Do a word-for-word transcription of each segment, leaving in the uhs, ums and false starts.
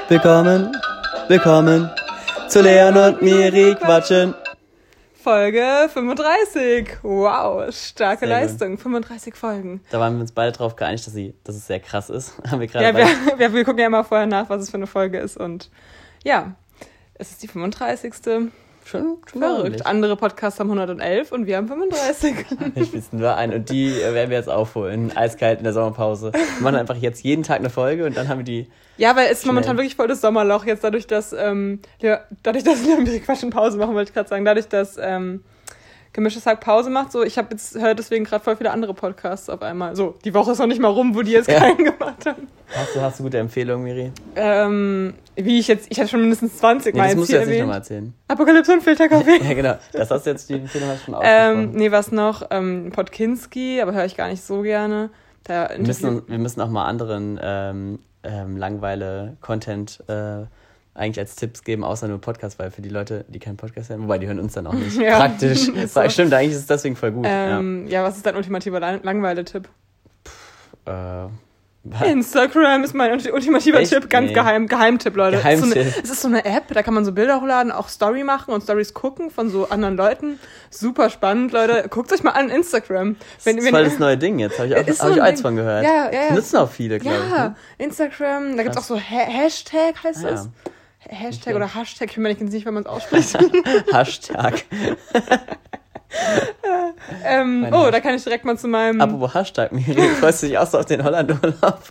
Willkommen, willkommen zu Leon und Miri quatschen. Folge fünfunddreißig. Wow, starke Sehr Leistung. Gut. fünfunddreißig Folgen. Da waren wir uns beide drauf geeinigt, dass, sie, dass es sehr krass ist. Haben wir gerade ja, wir, wir, wir gucken ja immer vorher nach, was es für eine Folge ist. Und ja, es ist die fünfunddreißigste Schon, schon verrückt. ordentlich. Andere Podcasts haben hundertelf und wir haben fünfunddreißig. Wir spitzen nur ein und die werden wir jetzt aufholen. Eiskalt in der Sommerpause. Wir machen einfach jetzt jeden Tag eine Folge und dann haben wir die... Ja, weil es ist Schnell. momentan wirklich voll das Sommerloch. Jetzt dadurch, dass, ähm, ja, dadurch, dass wir Quatsch in Pause machen, wollte ich gerade sagen, dadurch, dass ähm, Gemischtes Hack Pause macht, so, ich habe jetzt höre deswegen gerade voll viele andere Podcasts auf einmal. So, die Woche ist noch nicht mal rum, wo die jetzt Ja. keinen gemacht haben. Hast du, hast du gute Empfehlungen, Miri? Ähm, wie ich jetzt, ich hatte schon mindestens zwanzig Nee, Mal das jetzt musst du hier jetzt nicht erwähnt. nochmal erzählen. Apokalypse und Filterkaffee. Ja, genau. Das hast du jetzt, die Empfehlung hast du schon ähm, ausgesprochen. nee, was noch? Ähm, Podkinski, aber höre ich gar nicht so gerne. Da wir, müssen, wir müssen auch mal anderen ähm, ähm, Langweile-Content äh, eigentlich als Tipps geben, außer nur Podcast, weil für die Leute, die keinen Podcast hören, wobei die hören uns dann auch nicht. Ja, Praktisch. ist so. Stimmt, eigentlich ist es deswegen voll gut. ähm, ja. ja, was ist dein ultimativer Lang- Langweile-Tipp? Ja. Äh, Instagram ist mein ultimativer Echt? Tipp, ganz Nee. geheim, Geheimtipp, Leute. Geheimtipp. Es ist, so eine, es ist so eine App, da kann man so Bilder hochladen, auch Story machen und Stories gucken von so anderen Leuten. Super spannend, Leute. Guckt euch mal an Instagram. Wenn, das ist wenn, voll das neue Ding jetzt, habe ich auch, Ist so hab ich ein eins Ding. von gehört. Ja, ja, ja. Das nutzen auch viele, glaube ich. Ja, Ne? Instagram, da gibt es auch Krass. so ha- Hashtag, heißt Ah, das? ja. Hashtag Okay. oder Hashtag, ich bin mir nicht ganz sicher, wie man es ausspricht. Hashtag. ähm, Mein oh, Hashtag. da kann ich direkt mal zu meinem... Apropos Hashtag, Miri, freust du dich auch so auf den Holland-Urlaub?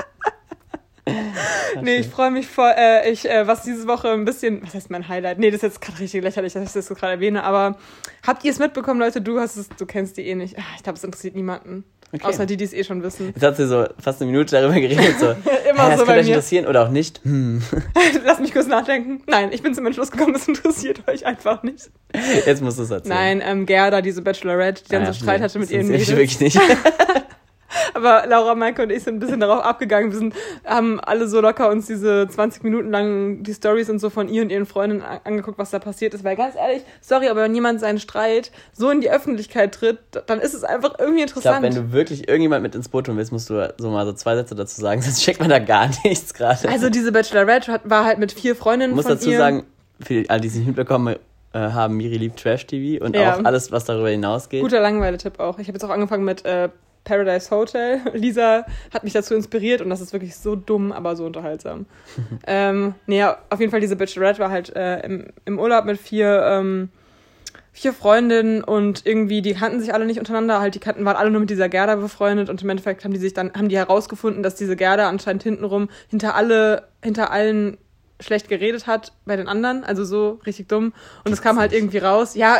Nee, ich freue mich voll, äh, ich, äh, was diese Woche ein bisschen, was heißt mein Highlight? Nee, das ist jetzt gerade richtig lächerlich, dass ich das so gerade erwähne, aber habt ihr es mitbekommen, Leute? Du hast es, du kennst die eh nicht. Ah, ich glaube, es interessiert niemanden. Okay. Außer die, die es eh schon wissen. Jetzt hat sie so fast eine Minute darüber geredet, so, Immer hä, das so könnte bei euch mir. interessieren oder auch nicht. Hm. Lass mich kurz nachdenken. Nein, ich bin zum Entschluss gekommen, das interessiert euch einfach nicht. Jetzt musst du es erzählen. Nein, ähm, Gerda, diese Bachelorette, die dann Ah, ja, so Streit nee, hatte mit das ihren interessiert Mädels. mich wirklich nicht. Aber Laura, Maike und ich sind ein bisschen darauf abgegangen. Wir sind, haben alle so locker uns diese zwanzig Minuten lang die Storys und so von ihr und ihren Freundinnen a- angeguckt, was da passiert ist. Weil ganz ehrlich, sorry, aber wenn jemand seinen Streit so in die Öffentlichkeit tritt, dann ist es einfach irgendwie Ich glaube, interessant. wenn du wirklich irgendjemand mit ins Boot holen willst, musst du so mal so zwei Sätze dazu sagen, sonst checkt man da gar nichts gerade. also diese Bachelorette hat, war halt mit vier Freundinnen Ich muss von dazu ihr. sagen, für alle, die es nicht mitbekommen äh, haben, Miri liebt Trash-T V und Ja. auch alles, was darüber hinausgeht. Guter Langweile-Tipp auch. Ich habe jetzt auch angefangen mit äh, Paradise Hotel. Lisa hat mich dazu inspiriert und das ist wirklich so dumm, aber so unterhaltsam. ähm, nee, ja, auf jeden Fall diese Bachelorette war halt äh, im, im Urlaub mit vier, ähm, vier Freundinnen und irgendwie, die kannten sich alle nicht untereinander, halt die kannten, waren alle nur mit dieser Gerda befreundet und im Endeffekt haben die sich dann, haben die herausgefunden, dass diese Gerda anscheinend hintenrum hinter alle, hinter allen schlecht geredet hat bei den anderen, also so richtig dumm. Und es kam halt irgendwie raus, ja,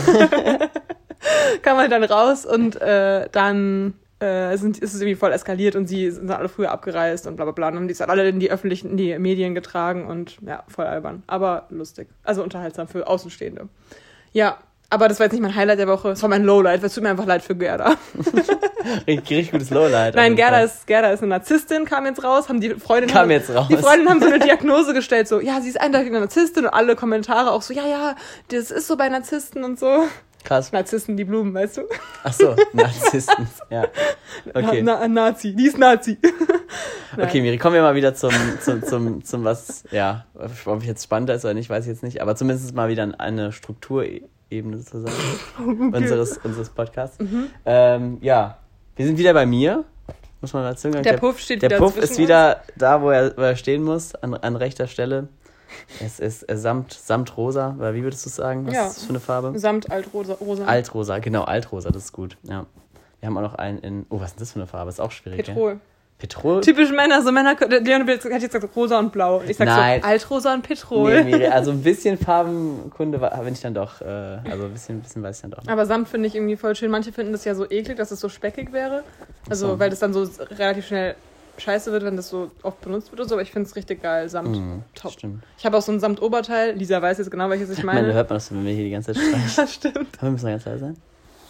kam halt dann raus und äh, dann äh, sind, ist es irgendwie voll eskaliert und sie sind alle früher abgereist und bla bla bla. Und haben die es halt alle in die öffentlichen, in die Medien getragen und ja, voll albern. Aber lustig. Also unterhaltsam für Außenstehende. Ja, aber das war jetzt nicht mein Highlight der Woche, es war mein Lowlight, weil es tut mir einfach leid für Gerda. Richtig, richtig gutes Lowlight. Nein, auf jeden Gerda Fall. ist, Gerda ist eine Narzisstin, kam jetzt raus, haben die Freundinnen... Kam jetzt raus. Die Freundinnen haben so eine Diagnose gestellt, so, ja, sie ist eindeutig eine Narzisstin und alle Kommentare auch so, ja, ja, das ist so bei Narzissten und so. Krass. Narzissten, die Blumen, weißt du? Ach so, Narzissten. Ja. Okay. Na, na, Nazi, die ist Nazi. Okay, Miri, kommen wir mal wieder zum, zum, zum, zum was, ja, ob ich jetzt spannender ist oder nicht, weiß ich jetzt nicht, aber zumindest mal wieder eine Strukturebene sozusagen Okay. unseres, unseres Podcasts. Mhm. Ähm, ja, wir sind wieder bei mir, muss man dazu sagen. Der Puff steht Der wieder Puff zwischen ist wieder da, wo er, wo er stehen muss, an, an rechter Stelle. Es ist äh, samt, samt rosa, oder wie würdest du sagen? Was Ja. ist das für eine Farbe? Samt altrosa. Rosa. Altrosa, genau, altrosa, das ist gut, ja. Wir haben auch noch einen in, oh, was ist das für eine Farbe? Ist auch schwierig, Petrol. Ja? Petrol? Typisch Männer, so Männer, Leon hat jetzt gesagt rosa und blau. Ich sag Nein. so altrosa und Petrol. Nee, Miri, also ein bisschen Farbenkunde bin ich dann doch, äh, also ein bisschen, ein bisschen weiß ich dann doch. Aber Samt finde ich irgendwie voll schön. Manche finden das ja so eklig, dass es so speckig wäre. Also, Ach so. weil das dann so relativ schnell scheiße wird, wenn das so oft benutzt wird oder so. Aber ich finde es richtig geil. Samt, Mhm, top. Stimmt. Ich habe auch so ein Samt-Oberteil. Lisa weiß jetzt genau, welches ich Ich meine, da meine. hört man das, wenn wir hier die ganze Zeit streichen. Das stimmt. Wir müssen ganz leise sein.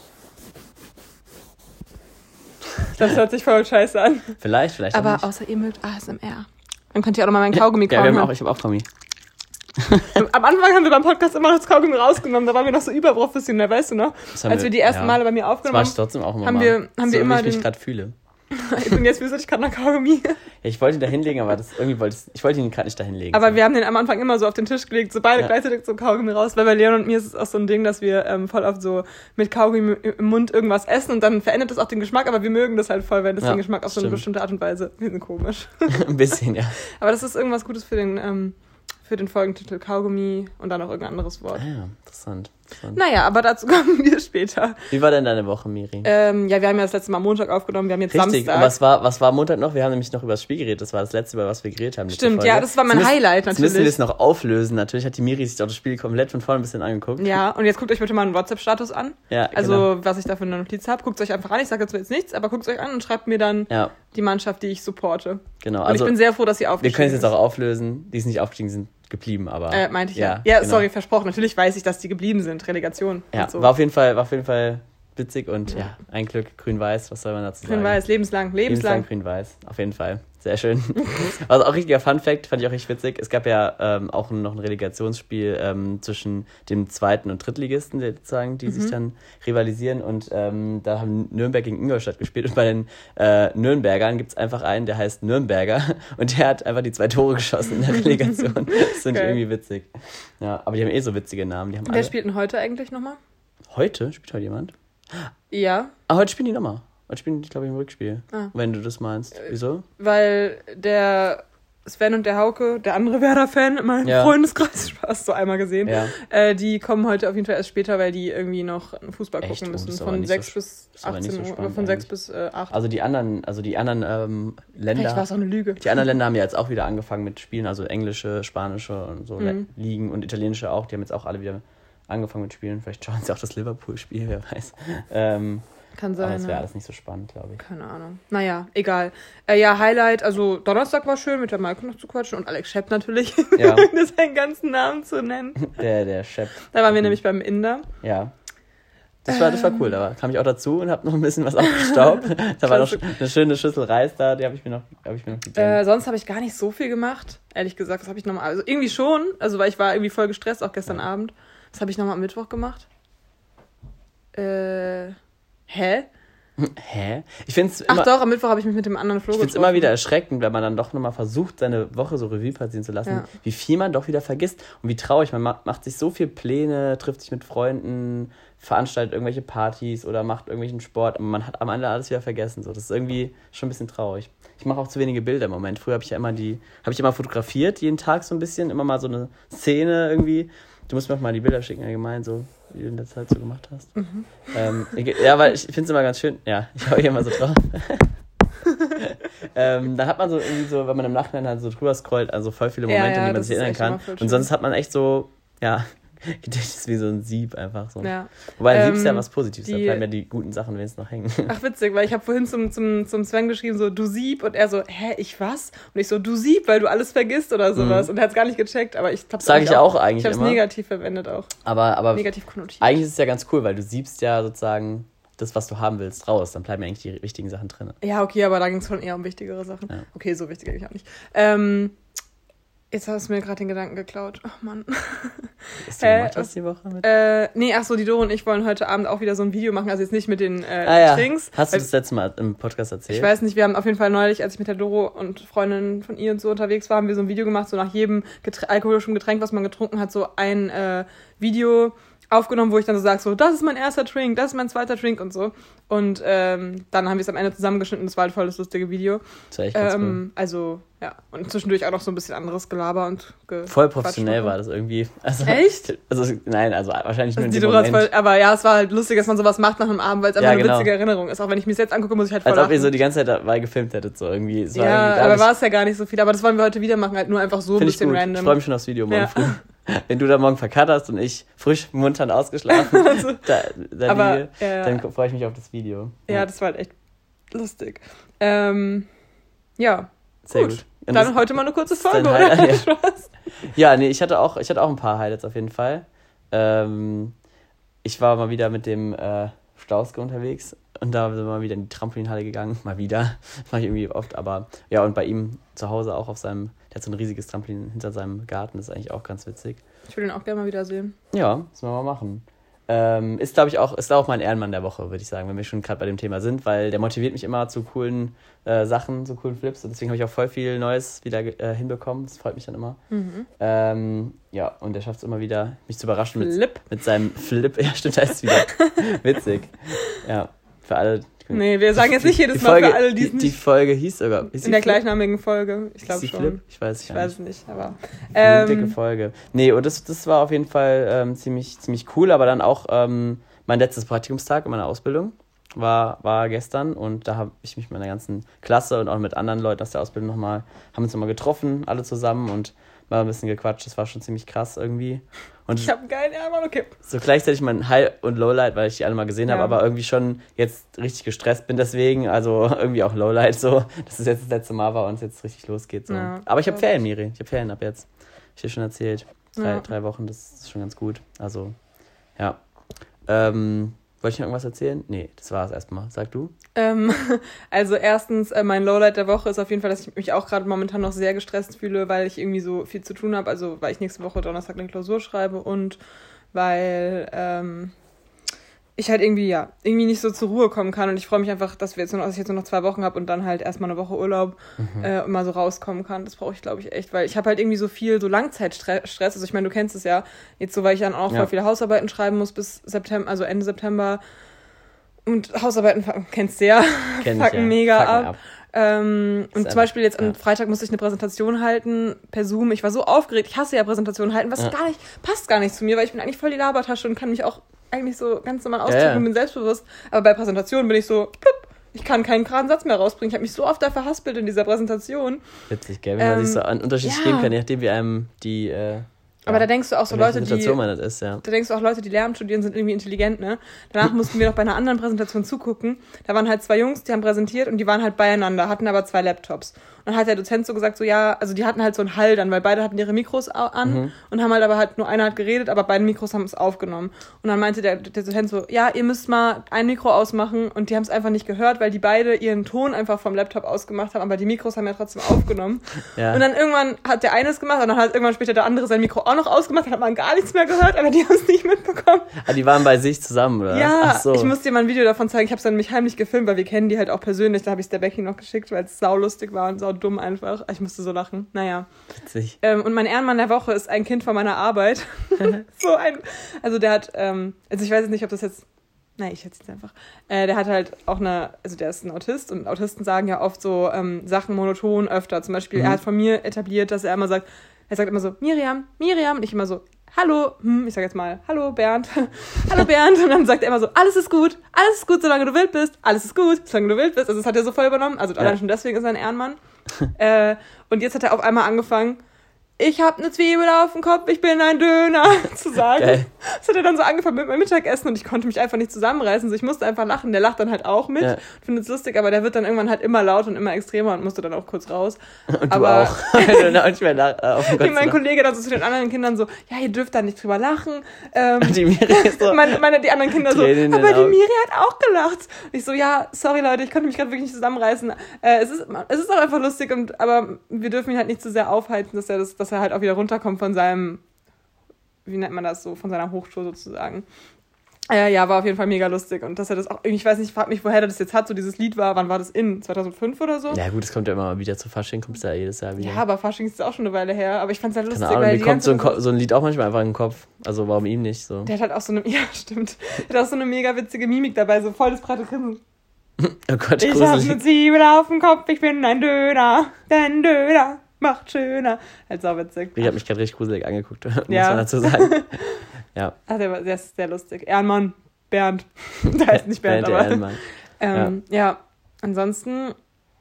Das hört sich voll scheiße an. Vielleicht, vielleicht Aber auch nicht. außer ihr mögt A S M R. Dann könnt ihr auch noch mal meinen Kaugummi Ja, wir kauen. haben auch, ich habe auch Kaugummi. Am Anfang haben wir beim Podcast immer das Kaugummi rausgenommen. Da waren wir noch so überprofessionell, weißt du noch? Das haben Als wir die ersten ja. Male bei mir Das aufgenommen war haben. ich trotzdem auch immer haben mal. wir- haben so, wir immer wie ich mich den- gerade fühle. Und jetzt wüsste ich gerade nach Kaugummi. Ja, ich wollte ihn da hinlegen, aber das irgendwie wollte ich, ich wollte ihn gerade nicht da hinlegen. Aber so. wir haben den am Anfang immer so auf den Tisch gelegt, so beide ja. gleichzeitig so Kaugummi raus, weil bei Leon und mir ist es auch so ein Ding, dass wir ähm, voll oft so mit Kaugummi im Mund irgendwas essen und dann verändert das auch den Geschmack, aber wir mögen das halt voll, wenn das ja, den Geschmack auf so eine bestimmte Art und Weise, wir sind komisch. Ein bisschen, ja. Aber das ist irgendwas Gutes für den, ähm, für den Folgentitel Kaugummi und dann auch irgendein anderes Wort. Ah ja, interessant. interessant. Naja, aber dazu kommen wir später. Wie war denn deine Woche, Miri? Ähm, ja, wir haben ja das letzte Mal Montag aufgenommen, wir haben jetzt Richtig, Samstag. und was war, was war Montag noch? Wir haben nämlich noch über das Spiel geredet, das war das letzte, über was wir geredet haben. Stimmt, ja, das war mein jetzt Highlight müssen, natürlich. Jetzt müssen wir es noch auflösen, natürlich hat die Miri sich auch das Spiel komplett von vorne ein bisschen angeguckt. Ja, und jetzt guckt euch bitte mal einen WhatsApp-Status an. Ja, also, genau. was ich da für eine Notiz habe, guckt es euch einfach an. Ich sage dazu jetzt nichts, aber guckt es euch an und schreibt mir dann ja. die Mannschaft, die ich supporte. Genau, und also ich bin sehr froh, dass sie aufgestiegen wir können es jetzt ist. auch auflösen, die es nicht aufgestiegen sind, geblieben, aber... Äh, meinte ich ja. Ja, Ja, genau. sorry, versprochen. Natürlich weiß ich, dass die geblieben sind. Relegation. Ja, und so. war auf jeden Fall, war auf jeden Fall witzig und ja, ja ein Glück, grün-weiß, was soll man dazu sagen? Grün-weiß, lebenslang, lebenslang. Lebenslang grün-weiß, auf jeden Fall. Sehr schön. Also auch richtiger Fun-Fact, fand ich auch richtig witzig. Es gab ja ähm, auch noch ein Relegationsspiel ähm, zwischen dem zweiten und Drittligisten, die, sozusagen, die mhm. sich dann rivalisieren. Und ähm, da haben Nürnberg gegen Ingolstadt gespielt. Und bei den äh, Nürnbergern gibt es einfach einen, der heißt Nürnberger. Und der hat einfach die zwei Tore geschossen in der Relegation. Das finde ich irgendwie witzig. Ja, aber die haben eh so witzige Namen. Die haben Wer alle... spielt denn heute eigentlich nochmal? Heute? Spielt heute jemand? Ja. Ah, heute spielen die nochmal. Heute spielen die, glaube ich, im Rückspiel. Ah. Wenn du das meinst. Wieso? Weil der Sven und der Hauke, der andere Werder-Fan, in meinem ja. Freundeskreis, Spaß, so einmal gesehen, ja. äh, die kommen heute auf jeden Fall erst später, weil die irgendwie noch Fußball Echt? gucken müssen. Oh, von sechs so, bis achtzehn Uhr, so oder von sechs bis acht. Also die anderen, also die anderen ähm, Länder... Vielleicht war es auch eine Lüge. Die anderen Länder haben ja jetzt auch wieder angefangen mit Spielen, also englische, spanische und so mhm. Ligen und italienische auch, die haben jetzt auch alle wieder angefangen mit Spielen. Vielleicht schauen sie auch das Liverpool-Spiel, wer weiß. Ähm, Kann sein. Aber das wäre ja. alles nicht so spannend, glaube ich. Keine Ahnung. Naja, egal. Äh, ja, Highlight, also Donnerstag war schön, mit der Maike noch zu quatschen und Alex Schepp natürlich, ja. ohne seinen ganzen Namen zu nennen. Der, der Schepp. Da waren wir mhm. nämlich beim Inder. Ja. Das war, das war cool, da kam ich auch dazu und habe noch ein bisschen was aufgestaubt. Da war noch eine schöne Schüssel Reis da, die habe ich mir noch, hab ich mir noch äh, Sonst habe ich gar nicht so viel gemacht, ehrlich gesagt. Das habe ich nochmal, also irgendwie schon, also weil ich war irgendwie voll gestresst, auch gestern ja. Abend. Das habe ich nochmal am Mittwoch gemacht. Äh, hä? Hä? Ich find's Ach immer, doch, am Mittwoch habe ich mich mit dem anderen Flo Ich finde es immer wieder erschreckend, wenn man dann doch nochmal versucht, seine Woche so Revue passieren zu lassen, ja. wie viel man doch wieder vergisst und wie traurig. Man macht, macht sich so viel Pläne, trifft sich mit Freunden, veranstaltet irgendwelche Partys oder macht irgendwelchen Sport, aber man hat am Ende alles wieder vergessen. So. Das ist irgendwie schon ein bisschen traurig. Ich mache auch zu wenige Bilder im Moment. Früher habe ich ja immer die, habe ich immer fotografiert, jeden Tag so ein bisschen, immer mal so eine Szene irgendwie. Du musst mir auch mal die Bilder schicken, allgemein, so wie du in der Zeit so gemacht hast. Mhm. Ähm, ja, weil ich finde es immer ganz schön. Ja, ich hau hier mal so drauf. ähm, dann hat man so irgendwie so, wenn man im Nachhinein halt so drüber scrollt, also voll viele Momente, ja, ja, die man sich erinnern kann. Und sonst hat man echt so, ja, Gedächtnis wie so ein Sieb einfach so. Ja. Wobei ein ähm, Sieb ist ja was Positives, die, da bleiben ja die guten Sachen wenigstens noch hängen. Ach witzig, weil ich habe vorhin zum, zum, zum Sven geschrieben, so du Sieb und er so, hä, ich was? Und ich so, du Sieb, weil du alles vergisst oder sowas. Mhm. Und er hat es gar nicht gecheckt, aber ich hab's Sag ich auch, auch eigentlich Ich hab's immer. negativ verwendet auch. Aber, aber negativ konnotiert. Eigentlich ist es ja ganz cool, weil du siebst ja sozusagen das, was du haben willst, raus. Dann bleiben ja eigentlich die wichtigen Sachen drin. Ja, okay, aber da ging es schon eher um wichtigere Sachen. Ja. Okay, so wichtig eigentlich auch nicht. Ähm, Jetzt hast du mir gerade den Gedanken geklaut. Ach, Mann. Was du gemacht hast die Woche mit? Äh, nee, ach so, die Doro und ich wollen heute Abend auch wieder so ein Video machen. Also jetzt nicht mit den äh, ah, ja. Drinks. Hast du das letzte Mal im Podcast erzählt? Ich weiß nicht, wir haben auf jeden Fall neulich, als ich mit der Doro und Freundinnen von ihr und so unterwegs war, haben wir so ein Video gemacht, so nach jedem Geträ- alkoholischen Getränk, was man getrunken hat, so ein äh, Video aufgenommen, wo ich dann so sage, so, das ist mein erster Drink, das ist mein zweiter Drink und so. Und ähm, dann haben wir es am Ende zusammengeschnitten. Das war halt voll das lustige Video. Das war echt ganz ähm, cool. Also, ja. Und zwischendurch auch noch so ein bisschen anderes Gelaber und ge- Voll professionell war das irgendwie. Also, echt? Also, nein, also wahrscheinlich nur also in dem Moment. Voll, aber ja, es war halt lustig, dass man sowas macht nach einem Abend, weil es einfach ja, eine genau. witzige Erinnerung ist. Auch wenn ich mir das jetzt angucke, muss ich halt voll Als ob lachen. ihr so die ganze Zeit dabei gefilmt hättet, so irgendwie. Es war ja, irgendwie, aber war es ja gar nicht so viel. Aber das wollen wir heute wieder machen, halt nur einfach so ein bisschen ich gut. random. Ich freue mich schon aufs Video morgen ja. früh. Wenn du da morgen verkatterst und ich frisch munternd ausgeschlafen, also, da, da aber, liege, ja. dann freue ich mich auf das Video. Ja, ja, das war halt echt lustig. Ähm, ja, sehr gut. gut. Und dann heute mal eine kurze Folge, oder? Highlight, ja. ja, nee, ich hatte auch, ich hatte auch ein paar Highlights auf jeden Fall. Ähm, ich war mal wieder mit dem äh, Stauske unterwegs und da sind wir mal wieder in die Trampolinhalle gegangen. Mal wieder. Das mache ich irgendwie oft, aber ja, und bei ihm zu Hause auch auf seinem, der hat so ein riesiges Trampolin hinter seinem Garten, das ist eigentlich auch ganz witzig. Ich will ihn auch gerne mal wieder sehen. Ja, müssen wir mal machen. Ähm, ist, glaube ich, auch, ist auch mein Ehrenmann der Woche, würde ich sagen, wenn wir schon gerade bei dem Thema sind, weil der motiviert mich immer zu coolen äh, Sachen, zu coolen Flips. Und deswegen habe ich auch voll viel Neues wieder äh, hinbekommen. Das freut mich dann immer. Mhm. Ähm, ja, und er schafft es immer wieder, mich zu überraschen mit, mit seinem Flip. Ja, stimmt, das ist wieder witzig. Ja, für alle. Nee, wir sagen jetzt nicht jedes die Mal Folge, für alle, die es die, nicht... Die Folge hieß sogar... In der gleichnamigen Folge, ich glaube schon. Flip? Ich weiß, ich weiß es nicht, aber... Ähm, dicke Folge. Nee, und das, das war auf jeden Fall ähm, ziemlich, ziemlich cool, aber dann auch ähm, mein letztes Praktikumstag in meiner Ausbildung war, war gestern und da habe ich mich mit meiner ganzen Klasse und auch mit anderen Leuten aus der Ausbildung nochmal, haben uns nochmal getroffen, alle zusammen und mal ein bisschen gequatscht. Das war schon ziemlich krass irgendwie. Und ich habe einen geilen Ärmel, okay. So gleichzeitig mein High- und Lowlight, weil ich die alle mal gesehen ja. habe, aber irgendwie schon jetzt richtig gestresst bin deswegen, also irgendwie auch Lowlight so, dass es jetzt das letzte Mal war und es jetzt richtig losgeht. So. Ja, aber ich habe Ferien, Miri, ich habe Ferien ab jetzt. Ich dir schon erzählt. Drei, ja. drei Wochen, das ist schon ganz gut. Also, ja. Ähm, wollte ich noch irgendwas erzählen? Nee, das war es erstmal. Sag du. Ähm, also erstens, äh, mein Lowlight der Woche ist auf jeden Fall, dass ich mich auch gerade momentan noch sehr gestresst fühle, weil ich irgendwie so viel zu tun habe. Also weil ich nächste Woche Donnerstag eine Klausur schreibe und weil ähm, ich halt irgendwie, ja, irgendwie nicht so zur Ruhe kommen kann. Und ich freue mich einfach, dass wir jetzt nur noch, dass ich jetzt nur noch zwei Wochen habe und dann halt erstmal eine Woche Urlaub mhm. äh, mal so rauskommen kann. Das brauche ich, glaube ich, echt, weil ich habe halt irgendwie so viel so Langzeitstress. Also ich meine, du kennst es ja, jetzt so, weil ich dann auch ja. voll viele Hausarbeiten schreiben muss bis September, also Ende September. Und Hausarbeiten kennst du ja, Kenn fucken ja. mega fucken ab. ab. Ähm, und zum Beispiel jetzt am ja. Freitag musste ich eine Präsentation halten per Zoom. Ich war so aufgeregt, ich hasse ja Präsentationen halten, was ja. gar nicht, passt gar nicht zu mir, weil ich bin eigentlich voll die Labertasche und kann mich auch eigentlich so ganz normal ausdrücken ja, ja. und bin selbstbewusst. Aber bei Präsentationen bin ich so, plupp, ich kann keinen geraden Satz mehr rausbringen. Ich habe mich so oft da verhaspelt in dieser Präsentation. Witzig, gell? Wenn ähm, man sich so an unterschiedlich ja. geben kann, je nachdem wie einem die... Äh Aber ja. da denkst du auch so Leute, die, ist, ja. da denkst du auch Leute, die Lehramt studieren, sind irgendwie intelligent, ne? Danach mussten wir noch bei einer anderen Präsentation zugucken. Da waren halt zwei Jungs, die haben präsentiert und die waren halt beieinander, hatten aber zwei Laptops. Und dann hat der Dozent so gesagt, so ja, also die hatten halt so einen Hall dann, weil beide hatten ihre Mikros an mhm. und haben halt aber halt, nur einer hat geredet, aber beide Mikros haben es aufgenommen. Und dann meinte der, der Dozent so, ja, ihr müsst mal ein Mikro ausmachen und die haben es einfach nicht gehört, weil die beide ihren Ton einfach vom Laptop ausgemacht haben, aber die Mikros haben ja trotzdem aufgenommen. Ja. Und dann irgendwann hat der eine es gemacht und dann hat irgendwann später der andere sein Mikro auch noch ausgemacht, dann hat man gar nichts mehr gehört, aber die haben es nicht mitbekommen. Ah, die waren bei sich zusammen, oder? Ja, Ach so. Ich muss dir mal ein Video davon zeigen, ich habe es dann nämlich heimlich gefilmt, weil wir kennen die halt auch persönlich, da habe ich es der Becky noch geschickt, weil es saulustig war und saudumm einfach. Ich musste so lachen. Naja. Witzig. Ähm, und mein Ehrenmann der Woche ist ein Kind von meiner Arbeit. so ein, also der hat, ähm, also ich weiß jetzt nicht, ob das jetzt, nein, ich jetzt einfach, äh, der hat halt auch eine, also der ist ein Autist und Autisten sagen ja oft so ähm, Sachen monoton öfter. Zum Beispiel, mhm. er hat von mir etabliert, dass er immer sagt, er sagt immer so, Miriam, Miriam, und ich immer so, hallo, hm, ich sag jetzt mal, hallo Bernd, hallo Bernd, und dann sagt er immer so, alles ist gut, alles ist gut, solange du wild bist, alles ist gut, solange du wild bist, also das hat er so voll übernommen, also ja. allein schon deswegen ist er ein Ehrenmann. äh, und jetzt hat er auf einmal angefangen, ich hab eine Zwiebel auf dem Kopf, ich bin ein Döner, zu sagen. Geil. Das hat er dann so angefangen mit meinem Mittagessen und ich konnte mich einfach nicht zusammenreißen, so ich musste einfach lachen, der lacht dann halt auch mit, ja. findet es lustig, aber der wird dann irgendwann halt immer lauter und immer extremer und musste dann auch kurz raus. Und aber du auch, wenn du nicht mehr nach, auf dem Kopf mein Kollege dann so zu den anderen Kindern so, ja, ihr dürft da nicht drüber lachen. Ähm, die Miri ist so meine, meine, die anderen Kinder so, aber die Miri hat auch gelacht. Und ich so, ja, sorry Leute, ich konnte mich gerade wirklich nicht zusammenreißen. Äh, es ist, es ist auch einfach lustig, und aber wir dürfen ihn halt nicht zu sehr aufhalten, dass er das, dass er halt auch wieder runterkommt von seinem, wie nennt man das so, von seiner Hochschule sozusagen. Äh, ja, war auf jeden Fall mega lustig. Und dass er das auch, ich weiß nicht, ich frag mich, woher er das jetzt hat, so dieses Lied war, wann war das in? zweitausendfünf oder so? Ja gut, es kommt ja immer wieder zu Fasching, kommt es ja jedes Jahr wieder. Ja, aber Fasching ist auch schon eine Weile her, aber ich fand's halt lustig. Keine Ahnung, weil mir kommt so ein, Ko- so ein Lied auch manchmal einfach in den Kopf. Also warum ihm nicht so? Der hat halt auch so eine, ja stimmt, der hat auch so eine mega witzige Mimik dabei, so voll das breite Grinsen. Oh Gott, ich hab eine Zwiebel auf dem Kopf, ich bin ein Döner, ein Döner. Macht schöner. Halt sau witzig. Ich habe mich gerade richtig gruselig angeguckt, muss ja. man dazu sagen. Ja. Ach, der, war, der ist sehr lustig. Ehrenmann, Bernd. Der heißt nicht Bernd, Bernd aber... Ehrenmann. Ähm, ja. ja, ansonsten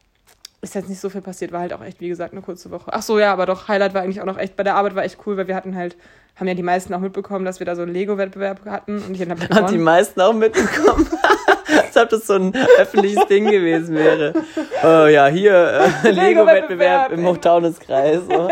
ist jetzt nicht so viel passiert. War halt auch echt, wie gesagt, eine kurze Woche. Ach so, ja, aber doch, Highlight war eigentlich auch noch echt... Bei der Arbeit war echt cool, weil wir hatten halt... Haben ja die meisten auch mitbekommen, dass wir da so einen Lego-Wettbewerb hatten. Und ich habe gewonnen. Haben die meisten auch mitbekommen? Als ob das so ein öffentliches Ding gewesen wäre. Oh ja, hier äh, Lego-Wettbewerb im Hochtaunuskreis. So.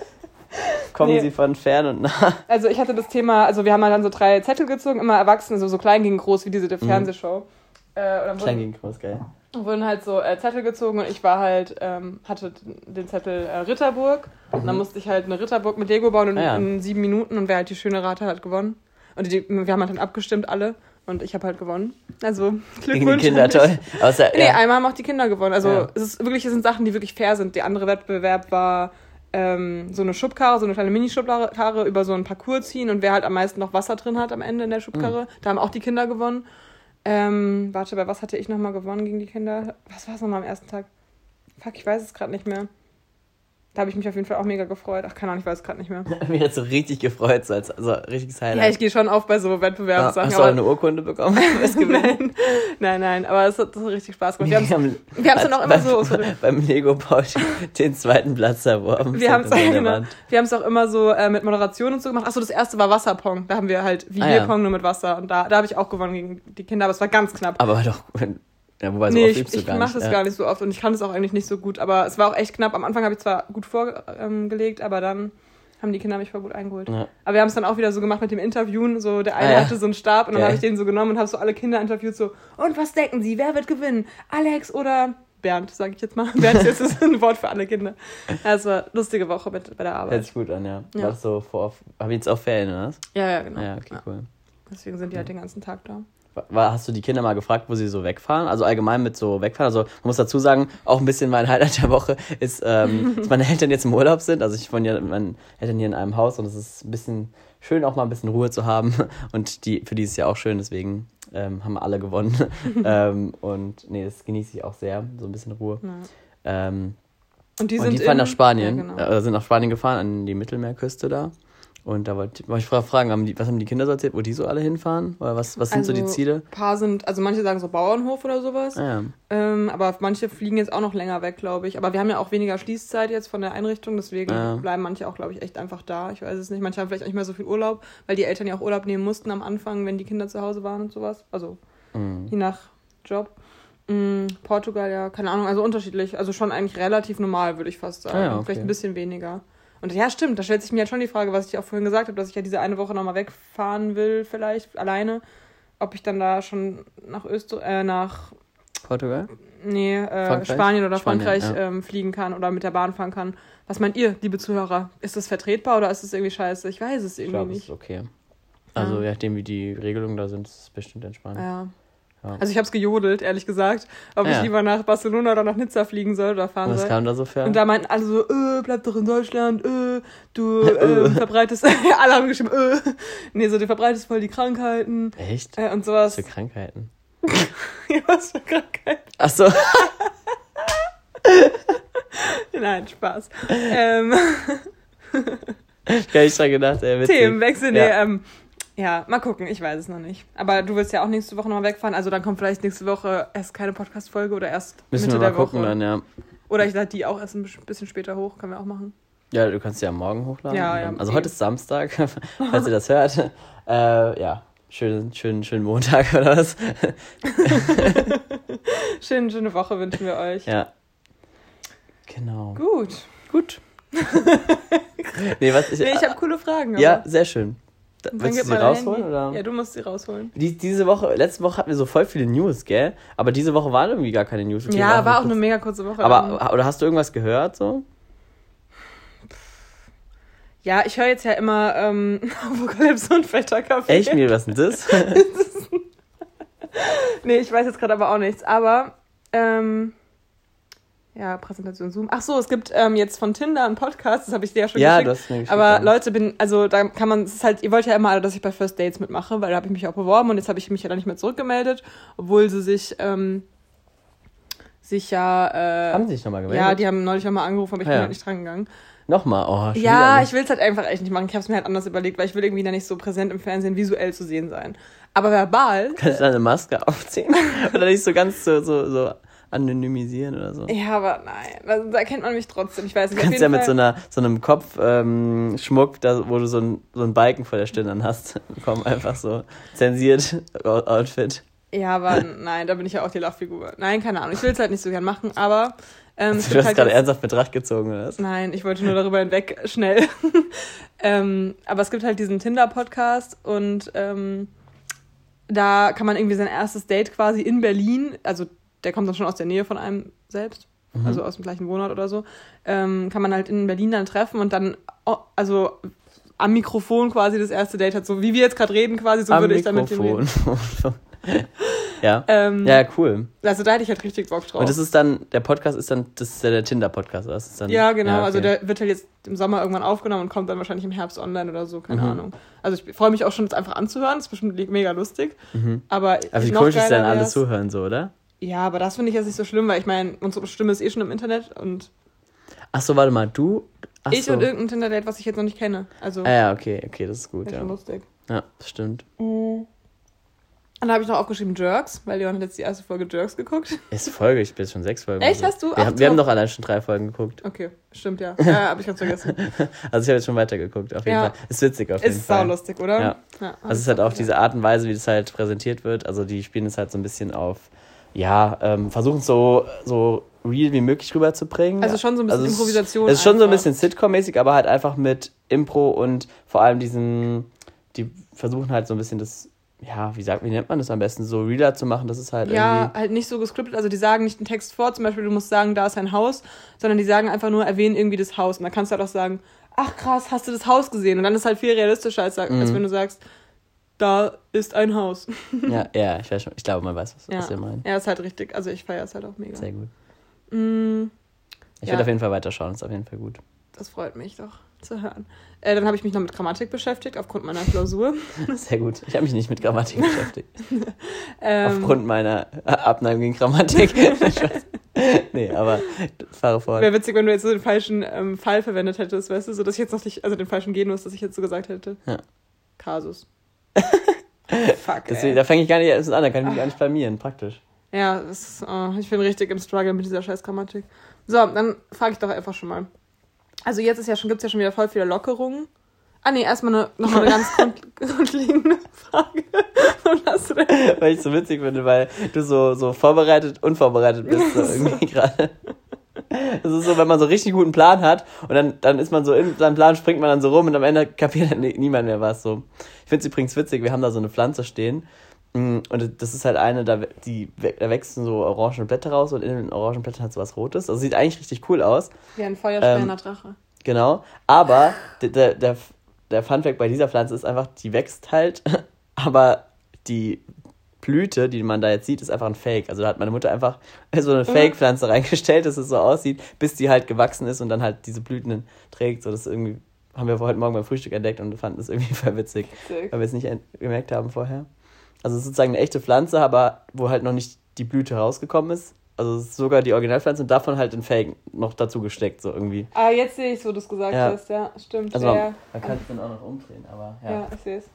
Kommen nee. Sie von fern und nah. Also ich hatte das Thema, also wir haben halt dann so drei Zettel gezogen, immer Erwachsene, so, so klein gegen groß, wie diese mhm. Fernsehshow. Äh, klein wurden, gegen groß, geil. Wurden halt so äh, Zettel gezogen und ich war halt, ähm, hatte den Zettel äh, Ritterburg. Mhm. Und dann musste ich halt eine Ritterburg mit Lego bauen und ah, ja. in sieben Minuten und wer halt die schöne Rate hat gewonnen. Und die, wir haben halt dann abgestimmt, alle. Und ich habe halt gewonnen. Also, Glückwunsch. Gegen die Kinder, toll. Außer, nee, ja. einmal haben auch die Kinder gewonnen. Also, ja. es ist wirklich, es sind Sachen, die wirklich fair sind. Der andere Wettbewerb war ähm, so eine Schubkarre, so eine kleine Mini-Schubkarre über so einen Parcours ziehen und wer halt am meisten noch Wasser drin hat am Ende in der Schubkarre. Mhm. Da haben auch die Kinder gewonnen. Ähm, warte, bei was hatte ich nochmal gewonnen gegen die Kinder? Was war es nochmal am ersten Tag? Fuck, ich weiß es gerade nicht mehr. Da habe ich mich auf jeden Fall auch mega gefreut. Ach, keine Ahnung, ich weiß es gerade nicht mehr. Mir hat so richtig gefreut, so als also richtiges Highlight. Ja, ich gehe schon auf bei so Wettbewerbssachen. Ja, hast du auch eine Urkunde bekommen? nein, nein, nein, aber es hat, das hat richtig Spaß gemacht. Wir haben es dann auch immer so... so beim Lego-Bau den zweiten Platz erworben. Wir haben es genau, auch immer so äh, mit Moderation und so gemacht. Achso, das erste war Wasserpong. Da haben wir halt wie Bierpong ah, ja. nur mit Wasser. Und da, da habe ich auch gewonnen gegen die Kinder, aber es war ganz knapp. Aber doch... Ja, wobei, so nee, oft ich, du ich gar mache das ja. gar nicht so oft und ich kann es auch eigentlich nicht so gut, aber es war auch echt knapp. Am Anfang habe ich zwar gut vorgelegt, aber dann haben die Kinder mich voll gut eingeholt. Ja. Aber wir haben es dann auch wieder so gemacht mit dem Interviewen, so der eine ah, ja. hatte so einen Stab und dann habe ich den so genommen und habe so alle Kinder interviewt, so, und was denken Sie, wer wird gewinnen? Alex oder Bernd, sage ich jetzt mal. Bernd ist jetzt ein Wort für alle Kinder. Das war eine lustige Woche mit, bei der Arbeit. Hört sich gut an, ja. ja. War das so vor, habe ich jetzt auch Ferien, oder was? Ja, ja, genau. Ja, okay, ja. cool. Deswegen sind die halt den ganzen Tag da. Hast du die Kinder mal gefragt, wo sie so wegfahren? Also allgemein mit so wegfahren. Also man muss dazu sagen, auch ein bisschen mein Highlight der Woche ist, ähm, dass meine Eltern jetzt im Urlaub sind. Also ich wohne ja mit meinen Eltern hier in einem Haus und es ist ein bisschen schön, auch mal ein bisschen Ruhe zu haben. Und die für die ist ja auch schön, deswegen ähm, haben alle gewonnen. ähm, und nee, das genieße ich auch sehr, so ein bisschen Ruhe. Ja. Ähm, und die, sind und die fahren in, nach Spanien, ja, genau. äh, sind nach Spanien gefahren, an die Mittelmeerküste da. Und da wollte ich fragen, haben die, was haben die Kinder so erzählt, wo die so alle hinfahren? Oder was, was sind also, so die Ziele? Ein paar sind, also manche sagen so Bauernhof oder sowas. Ah, ja. ähm, aber manche fliegen jetzt auch noch länger weg, glaube ich. Aber wir haben ja auch weniger Schließzeit jetzt von der Einrichtung, deswegen ah, ja. bleiben manche auch, glaube ich, echt einfach da. Ich weiß es nicht. Manche haben vielleicht auch nicht mehr so viel Urlaub, weil die Eltern ja auch Urlaub nehmen mussten am Anfang, wenn die Kinder zu Hause waren und sowas. Also mhm. je nach Job. Mhm, Portugal, ja, keine Ahnung, also unterschiedlich. Also schon eigentlich relativ normal, würde ich fast sagen. Ah, ja, okay. Vielleicht ein bisschen weniger. Und ja, stimmt, da stellt sich mir halt schon die Frage, was ich auch vorhin gesagt habe, dass ich ja diese eine Woche nochmal wegfahren will, vielleicht alleine. Ob ich dann da schon nach Österreich, äh, nach Portugal? Nee, äh, Spanien oder Spanien, Frankreich ja. ähm, fliegen kann oder mit der Bahn fahren kann. Was meint ihr, liebe Zuhörer? Ist das vertretbar oder ist das irgendwie scheiße? Ich weiß es irgendwie ich glaub, nicht. Ich glaube, es ist okay. Also, ja. je nachdem, wie die Regelungen da sind, ist es bestimmt entspannt. Ja. Ja. Also ich habe es gejodelt, ehrlich gesagt, ob ja. ich lieber nach Barcelona oder nach Nizza fliegen soll oder fahren Was soll. Was kam da so für? Und da meinten alle so, äh, bleib doch in Deutschland, äh, du äh, verbreitest, alle haben geschrieben, äh, nee, so, du verbreitest voll die Krankheiten. Echt? Äh, und sowas. Was für Krankheiten? Ja, was für Krankheiten? Ach so. Nein, Spaß. ähm. Ich hab nicht dran gedacht, ey, witzig. Themenwechsel, nee, ja. ähm, Ja, mal gucken, ich weiß es noch nicht. Aber du willst ja auch nächste Woche nochmal wegfahren, also dann kommt vielleicht nächste Woche erst keine Podcast-Folge oder erst Müssen Mitte wir mal der gucken Woche. Dann, ja. Oder ich lade die auch erst ein bisschen später hoch, können wir auch machen. Ja, du kannst sie ja morgen hochladen. Ja, ja. Also heute ist Samstag, falls ihr das hört. Äh, ja, schönen, schönen, schönen Montag oder was? Schöne, schöne Woche wünschen wir euch. Ja. Genau. Gut. Gut. nee, was ich, nee, ich habe coole Fragen. Aber. Ja, sehr schön. Da, willst du sie rausholen? Oder? Ja, du musst sie rausholen. Die, diese Woche, letzte Woche hatten wir so voll viele News, gell? Aber diese Woche waren irgendwie gar keine News. Okay, ja, war, war auch eine mega kurze Woche. Aber, dann. Oder hast du irgendwas gehört, so? Ja, ich höre jetzt ja immer ähm, Apokalypse und fetter Kaffee. Echt? Mir, was ist denn das? Nee, ich weiß jetzt gerade aber auch nichts. Aber, ähm... Ja, Präsentation Zoom. Ach so, es gibt ähm, jetzt von Tinder einen Podcast, das habe ich dir ja schon ja, geschickt. Ja, das ist mir geschickt. Aber Leute, bin, also da kann man, es ist halt, ihr wollt ja immer alle, dass ich bei First Dates mitmache, weil da habe ich mich auch beworben und jetzt habe ich mich ja dann nicht mehr zurückgemeldet, obwohl sie sich, ähm, sich ja... Äh, haben sie sich nochmal gemeldet? Ja, die haben neulich nochmal angerufen, aber ich ja. bin halt nicht dran gegangen. Nochmal? Oh, schon ja, ich will es halt einfach echt nicht machen. Ich habe es mir halt anders überlegt, weil ich will irgendwie da nicht so präsent im Fernsehen visuell zu sehen sein. Aber verbal... Kannst du da eine Maske aufziehen? Oder nicht so ganz so... so, so anonymisieren oder so. Ja, aber nein, also, da kennt man mich trotzdem. Ich weiß nicht. Du kannst ja Fall mit so, einer, so einem Kopfschmuck, ähm, da, wo du so ein, so ein Balken vor der Stirn dann hast, komm, einfach so zensiert Outfit. Ja, aber nein, da bin ich ja auch die Lachfigur. Nein, keine Ahnung, ich will es halt nicht so gern machen, aber... Ähm, also, du hast halt gerade ernsthaft Betracht gezogen, oder was? Nein, ich wollte nur darüber hinweg, schnell. ähm, aber es gibt halt diesen Tinder-Podcast und ähm, da kann man irgendwie sein erstes Date quasi in Berlin, also der kommt dann schon aus der Nähe von einem selbst, mhm. also aus dem gleichen Wohnort oder so, ähm, kann man halt in Berlin dann treffen und dann, also am Mikrofon quasi das erste Date hat. So wie wir jetzt gerade reden quasi, so am würde Mikrofon. Ich damit reden. Ja. Ähm, ja, cool. Also da hätte ich halt richtig Bock drauf. Und das ist dann, der Podcast ist dann, das ist ja der Tinder-Podcast, oder? Das ist dann, ja, genau. Ja, okay. Also der wird halt jetzt im Sommer irgendwann aufgenommen und kommt dann wahrscheinlich im Herbst online oder so, keine mhm. Ahnung. Also ich freue mich auch schon, das einfach anzuhören. Das ist bestimmt mega lustig. Mhm. Aber, aber wie komisch ist denn alles zuhören so, oder? Ja, aber das finde ich jetzt nicht so schlimm, weil ich meine, unsere Stimme ist eh schon im Internet und... Ach so, warte mal, du... Ach ich so. und irgendein Tinder-Date, was ich jetzt noch nicht kenne. Also, ah ja, okay, okay, das ist gut, ist ja. schon lustig. Ja, das stimmt. Mhm. Und dann habe ich noch aufgeschrieben Jerks, weil Leon hat jetzt die erste Folge Jerks geguckt. Ist Folge, ich bin jetzt schon sechs Folgen. Echt, hast du? Wir, haben, wir haben doch allein schon drei Folgen geguckt. Okay, stimmt, ja. Ja, habe ich ganz vergessen. Also ich habe jetzt schon weitergeguckt, auf jeden ja. Fall. Ist witzig auf jeden ist Fall. Ist saulustig, oder? Ja. ja also es ist halt auch diese Art und Weise, wie das halt präsentiert wird. Also die spielen es halt so ein bisschen auf, ja, ähm, versuchen es so, so real wie möglich rüberzubringen. Also schon so ein bisschen also Improvisation. Es ist schon einfach. So ein bisschen Sitcom-mäßig, aber halt einfach mit Impro und vor allem diesen, die versuchen halt so ein bisschen das... Ja, wie sagt, wie nennt man das am besten? So realer zu machen, das ist halt ja, irgendwie... Ja, halt nicht so gescriptet. Also die sagen nicht einen Text vor, zum Beispiel du musst sagen, da ist ein Haus, sondern die sagen einfach nur, erwähnen irgendwie das Haus. Und dann kannst du halt auch sagen, ach krass, hast du das Haus gesehen? Und dann ist es halt viel realistischer, als, mhm. als wenn du sagst, da ist ein Haus. Ja, ja, ich weiß schon. Ich glaube, man weiß, was, ja. was ihr meint. Ja, ist halt richtig. Also ich feiere es halt auch mega. Sehr gut. Mhm. Ich ja. werde auf jeden Fall weiterschauen, ist auf jeden Fall gut. Das freut mich doch zu hören. Äh, dann habe ich mich noch mit Grammatik beschäftigt, aufgrund meiner Klausur. Sehr gut. Ich habe mich nicht mit Grammatik beschäftigt. ähm, aufgrund meiner Abneigung gegen Grammatik. Nee, aber fahre fort. Wäre witzig, wenn du jetzt so den falschen ähm, Fall verwendet hättest, weißt du, so dass ich jetzt noch nicht, also den falschen Genus, dass ich jetzt so gesagt hätte. Ja. Kasus. Fuck, Deswegen, da fange ich gar nicht erst an, da kann ich mich gar nicht blamieren, praktisch. Ja, das ist, oh, ich bin richtig im Struggle mit dieser scheiß Grammatik. So, dann frage ich doch einfach schon mal. Also jetzt ist ja schon, gibt's ja schon wieder voll viele Lockerungen. Ah nee, erstmal eine, nochmal eine ganz grund, grundlegende Frage. Und hast du denn? Weil ich so witzig finde, weil du so, so vorbereitet, unvorbereitet bist so irgendwie gerade. Das ist so, wenn man so richtig guten Plan hat und dann, dann ist man so in seinem Plan, springt man dann so rum und am Ende kapiert dann niemand mehr was. So. Ich finde es übrigens witzig, wir haben da so eine Pflanze stehen und das ist halt eine, da, die, da wachsen so orange Blätter raus und in den orangen Blättern hat so was Rotes. Also sieht eigentlich richtig cool aus. Wie ein feuerspeiender ähm, Drache. Genau, aber der, der, der Funfact bei dieser Pflanze ist einfach, die wächst halt, aber die Blüte, die man da jetzt sieht, ist einfach ein Fake. Also da hat meine Mutter einfach so eine Fake-Pflanze reingestellt, dass es so aussieht, bis die halt gewachsen ist und dann halt diese Blüten trägt. So, das irgendwie haben wir heute Morgen beim Frühstück entdeckt und fanden das irgendwie voll witzig, witzig. Weil wir es nicht gemerkt haben vorher. Also es ist sozusagen eine echte Pflanze, aber wo halt noch nicht die Blüte rausgekommen ist. Also es ist sogar die Originalpflanze und davon halt ein Fake noch dazu gesteckt, so irgendwie. Ah, jetzt sehe ich, wo du es gesagt ja. hast, ja, stimmt. Also ja, man, man kann es dann auch noch umdrehen, aber ja. Ja, ich sehe es.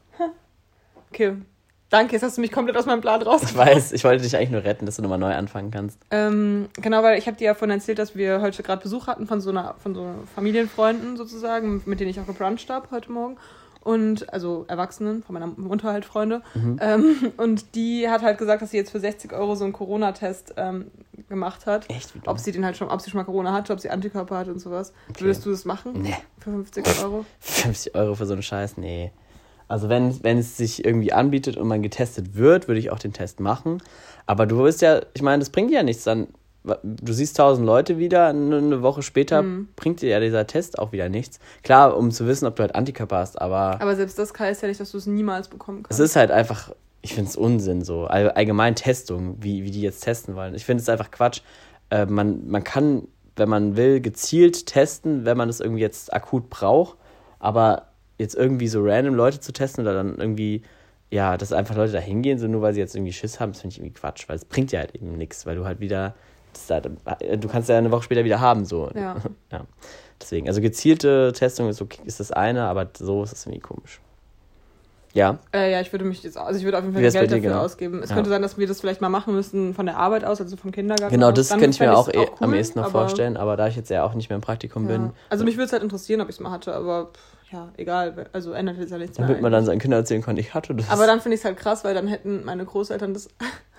Okay, danke, jetzt hast du mich komplett aus meinem Plan raus. Ich weiß, ich wollte dich eigentlich nur retten, dass du nochmal neu anfangen kannst. Ähm, genau, weil ich habe dir ja vorhin erzählt, dass wir heute gerade Besuch hatten von so einer von so Familienfreunden sozusagen, mit denen ich auch gebruncht habe heute Morgen. Und, also Erwachsenen, von meiner Mutter halt Freunde. Mhm. Ähm, und die hat halt gesagt, dass sie jetzt für sechzig Euro so einen Corona-Test ähm, gemacht hat. Echt? Wie ob sie den halt schon, ob sie schon mal Corona hatte, ob sie Antikörper hatte und sowas. Okay. Würdest du das machen? Nee. Für fünfzig Euro? fünfzig Euro für so einen Scheiß? Nee. Also wenn, wenn es sich irgendwie anbietet und man getestet wird, würde ich auch den Test machen. Aber du wirst ja, ich meine, das bringt dir ja nichts dann. Du siehst tausend Leute wieder, eine Woche später mhm. bringt dir ja dieser Test auch wieder nichts. Klar, um zu wissen, ob du halt Antikörper hast, aber... Aber selbst das heißt ja nicht, dass du es niemals bekommen kannst. Es ist halt einfach, ich finde es Unsinn so, allgemein Testung, wie, wie die jetzt testen wollen. Ich finde es einfach Quatsch. Äh, man, man kann, wenn man will, gezielt testen, wenn man es irgendwie jetzt akut braucht, aber jetzt irgendwie so random Leute zu testen oder dann irgendwie... Ja, dass einfach Leute da hingehen, so nur weil sie jetzt irgendwie Schiss haben, das finde ich irgendwie Quatsch, weil es bringt dir halt eben nichts, weil du halt wieder... Du kannst ja eine Woche später wieder haben, so. Ja. Ja. Deswegen, also gezielte Testung ist, okay, ist das eine, aber so ist es irgendwie komisch. Ja. Äh, ja, ich würde mich jetzt, also ich würde auf jeden Fall Geld dafür genau? ausgeben. Es ja. könnte sein, dass wir das vielleicht mal machen müssen von der Arbeit aus, also vom Kindergarten Genau, aus. das Dann könnte ich mir auch, eh, auch cool, am ehesten noch aber, vorstellen, aber da ich jetzt ja auch nicht mehr im Praktikum ja. bin. Also mich würde es halt interessieren, ob ich es mal hatte, aber ja, egal, also ändert jetzt ja nichts mehr. Damit man dann seinen Kindern erzählen konnte, ich hatte das. Aber dann finde ich es halt krass, weil dann hätten meine Großeltern das...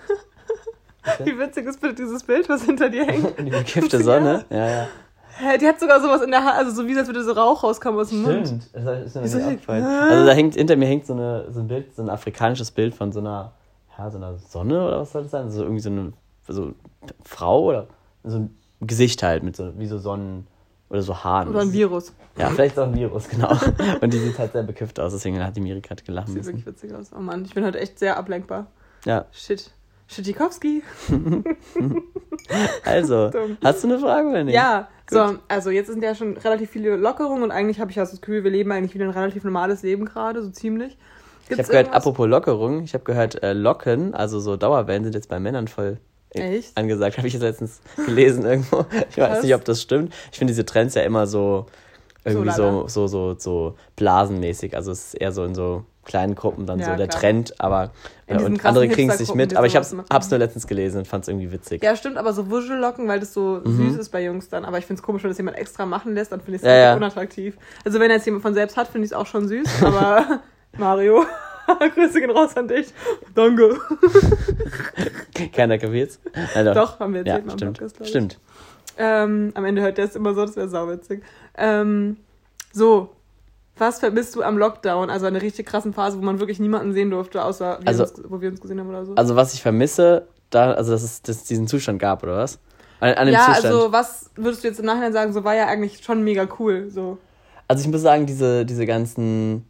Okay. Wie witzig ist bitte dieses Bild, was hinter dir hängt. Die bekiffte Sonne, ja, ja. Hä, die hat sogar sowas in der Hand, also so wie als würde so Rauch rauskommen aus dem Mund. Stimmt, das ist mir nicht aufgefallen. Also da hängt, hinter mir hängt so, eine, so ein Bild, so ein afrikanisches Bild von so einer, ja, so einer Sonne oder was soll das sein? So irgendwie so eine so Frau oder so ein Gesicht halt mit so, wie so Sonnen, Oder so Haaren. Oder ein Virus. Ja, vielleicht auch ein Virus, genau. Und die sieht halt sehr bekifft aus, deswegen hat die Miri gerade gelacht. Sieht wirklich witzig aus. Oh Mann, ich bin heute echt sehr ablenkbar. Ja. Shit. Schitikowski. Also, Dumm. Hast du eine Frage oder nicht? Ja, Gut. so, also jetzt sind ja schon relativ viele Lockerungen und eigentlich habe ich das Gefühl, wir leben eigentlich wieder ein relativ normales Leben gerade, so ziemlich. Gibt's ich habe gehört, apropos Lockerung, ich habe gehört, äh, Locken, also so Dauerwellen sind jetzt bei Männern voll Echt? angesagt. Habe ich jetzt letztens gelesen irgendwo. Ich weiß Was? nicht, ob das stimmt. Ich finde diese Trends ja immer so irgendwie so, so, so, so blasenmäßig. Also es ist eher so in so kleinen Gruppen dann ja, so der klar. Trend, aber äh, und andere kriegen es nicht mit. Aber ich hab's, hab's nur letztens gelesen und fand es irgendwie witzig. Ja, stimmt, aber so Wuschellocken, weil das so mhm. süß ist bei Jungs dann. Aber ich finde es komisch, wenn das jemand extra machen lässt, dann finde ich es ja, ja. unattraktiv. Also wenn jetzt jemand von selbst hat, finde ich es auch schon süß, aber Mario, Grüße gehen raus an dich. Danke. Keiner kapiert's? Doch. doch, haben wir erzählt ja, mal stimmt. Podcast, glaube ich. Stimmt. Ähm, am Ende hört der es immer so, das wäre sauwitzig. Ähm, so, was vermisst du am Lockdown? Also eine richtig krassen Phase, wo man wirklich niemanden sehen durfte, außer wir also, uns, wo wir uns gesehen haben oder so. Also was ich vermisse, da, also dass es dass diesen Zustand gab, oder was? An, an dem ja, Zustand. also was würdest du jetzt im Nachhinein sagen, so war ja eigentlich schon mega cool. So. Also ich muss sagen, diese, diese ganzen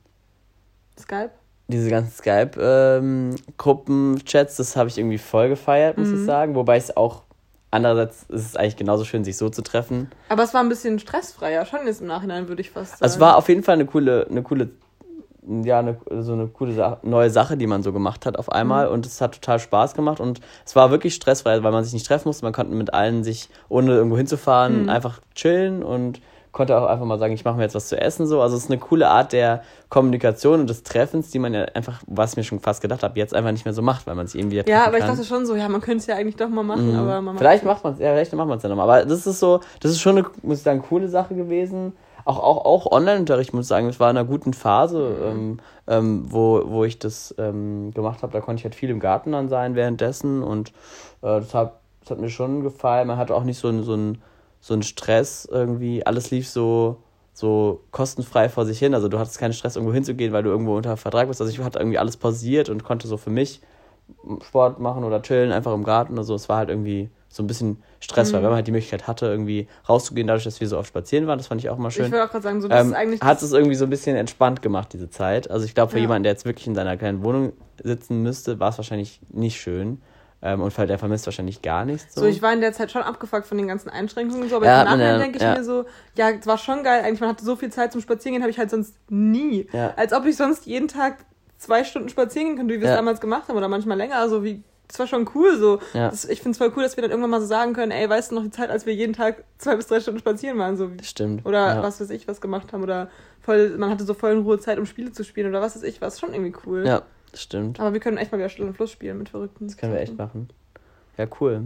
Skype? Diese ganzen Skype-Gruppen-Chats, ähm, das habe ich irgendwie voll gefeiert, muss mhm. ich sagen. Wobei es auch, andererseits ist es eigentlich genauso schön, sich so zu treffen. Aber es war ein bisschen stressfreier, schon jetzt im Nachhinein, würde ich fast sagen. Also es war auf jeden Fall eine coole, eine coole, ja, eine, so eine coole Sa- neue Sache, die man so gemacht hat auf einmal. Mhm. Und es hat total Spaß gemacht. Und es war wirklich stressfrei, weil man sich nicht treffen musste. Man konnte mit allen sich, ohne irgendwo hinzufahren, mhm. einfach chillen und konnte auch einfach mal sagen, ich mache mir jetzt was zu essen. So. Also es ist eine coole Art der Kommunikation und des Treffens, die man ja einfach, was ich mir schon fast gedacht habe, jetzt einfach nicht mehr so macht, weil man sich eben wieder treffen Ja, aber kann. Ich dachte schon so, ja, man könnte es ja eigentlich doch mal machen, mhm. aber man Vielleicht macht man es, ja, vielleicht macht man es ja nochmal. Aber das ist so, das ist schon eine, muss ich sagen, coole Sache gewesen. Auch, auch, auch Online-Unterricht, muss ich sagen, es war in einer guten Phase, mhm. ähm, ähm, wo, wo ich das ähm, gemacht habe. Da konnte ich halt viel im Garten dann sein währenddessen und äh, das, hat, das hat mir schon gefallen. Man hatte auch nicht so ein, so ein so ein Stress irgendwie, alles lief so, so kostenfrei vor sich hin, also du hattest keinen Stress, irgendwo hinzugehen, weil du irgendwo unter Vertrag bist, also ich hatte irgendwie alles pausiert und konnte so für mich Sport machen oder chillen, einfach im Garten oder so, es war halt irgendwie so ein bisschen stressfrei, mhm. weil man halt die Möglichkeit hatte, irgendwie rauszugehen, dadurch, dass wir so oft spazieren waren, das fand ich auch mal schön. Ich würde auch gerade sagen, so das ähm, ist eigentlich... Hat es irgendwie so ein bisschen entspannt gemacht, diese Zeit, also ich glaube, für ja. jemanden, der jetzt wirklich in seiner kleinen Wohnung sitzen müsste, war es wahrscheinlich nicht schön. Ähm, und der vermisst wahrscheinlich gar nichts. So. so, ich war in der Zeit schon abgefuckt von den ganzen Einschränkungen und so, aber ja, im Nachhinein ja, denke ich ja. mir so, ja, es war schon geil, eigentlich man hatte so viel Zeit zum Spazierengehen, habe ich halt sonst nie. Ja. Als ob ich sonst jeden Tag zwei Stunden spazieren gehen könnte, wie wir es ja. damals gemacht haben oder manchmal länger, also wie, das war schon cool so. Ja. Das, ich finde es voll cool, dass wir dann irgendwann mal so sagen können, ey, weißt du noch die Zeit, als wir jeden Tag zwei bis drei Stunden spazieren waren, so. Das stimmt. Oder ja. was weiß ich, was gemacht haben oder voll, man hatte so voll in Ruhe Zeit, um Spiele zu spielen oder was weiß ich, war es schon irgendwie cool. Ja, das stimmt. Aber wir können echt mal wieder Still und Fluss spielen mit Verrückten. Das können wir echt machen. Ja, cool.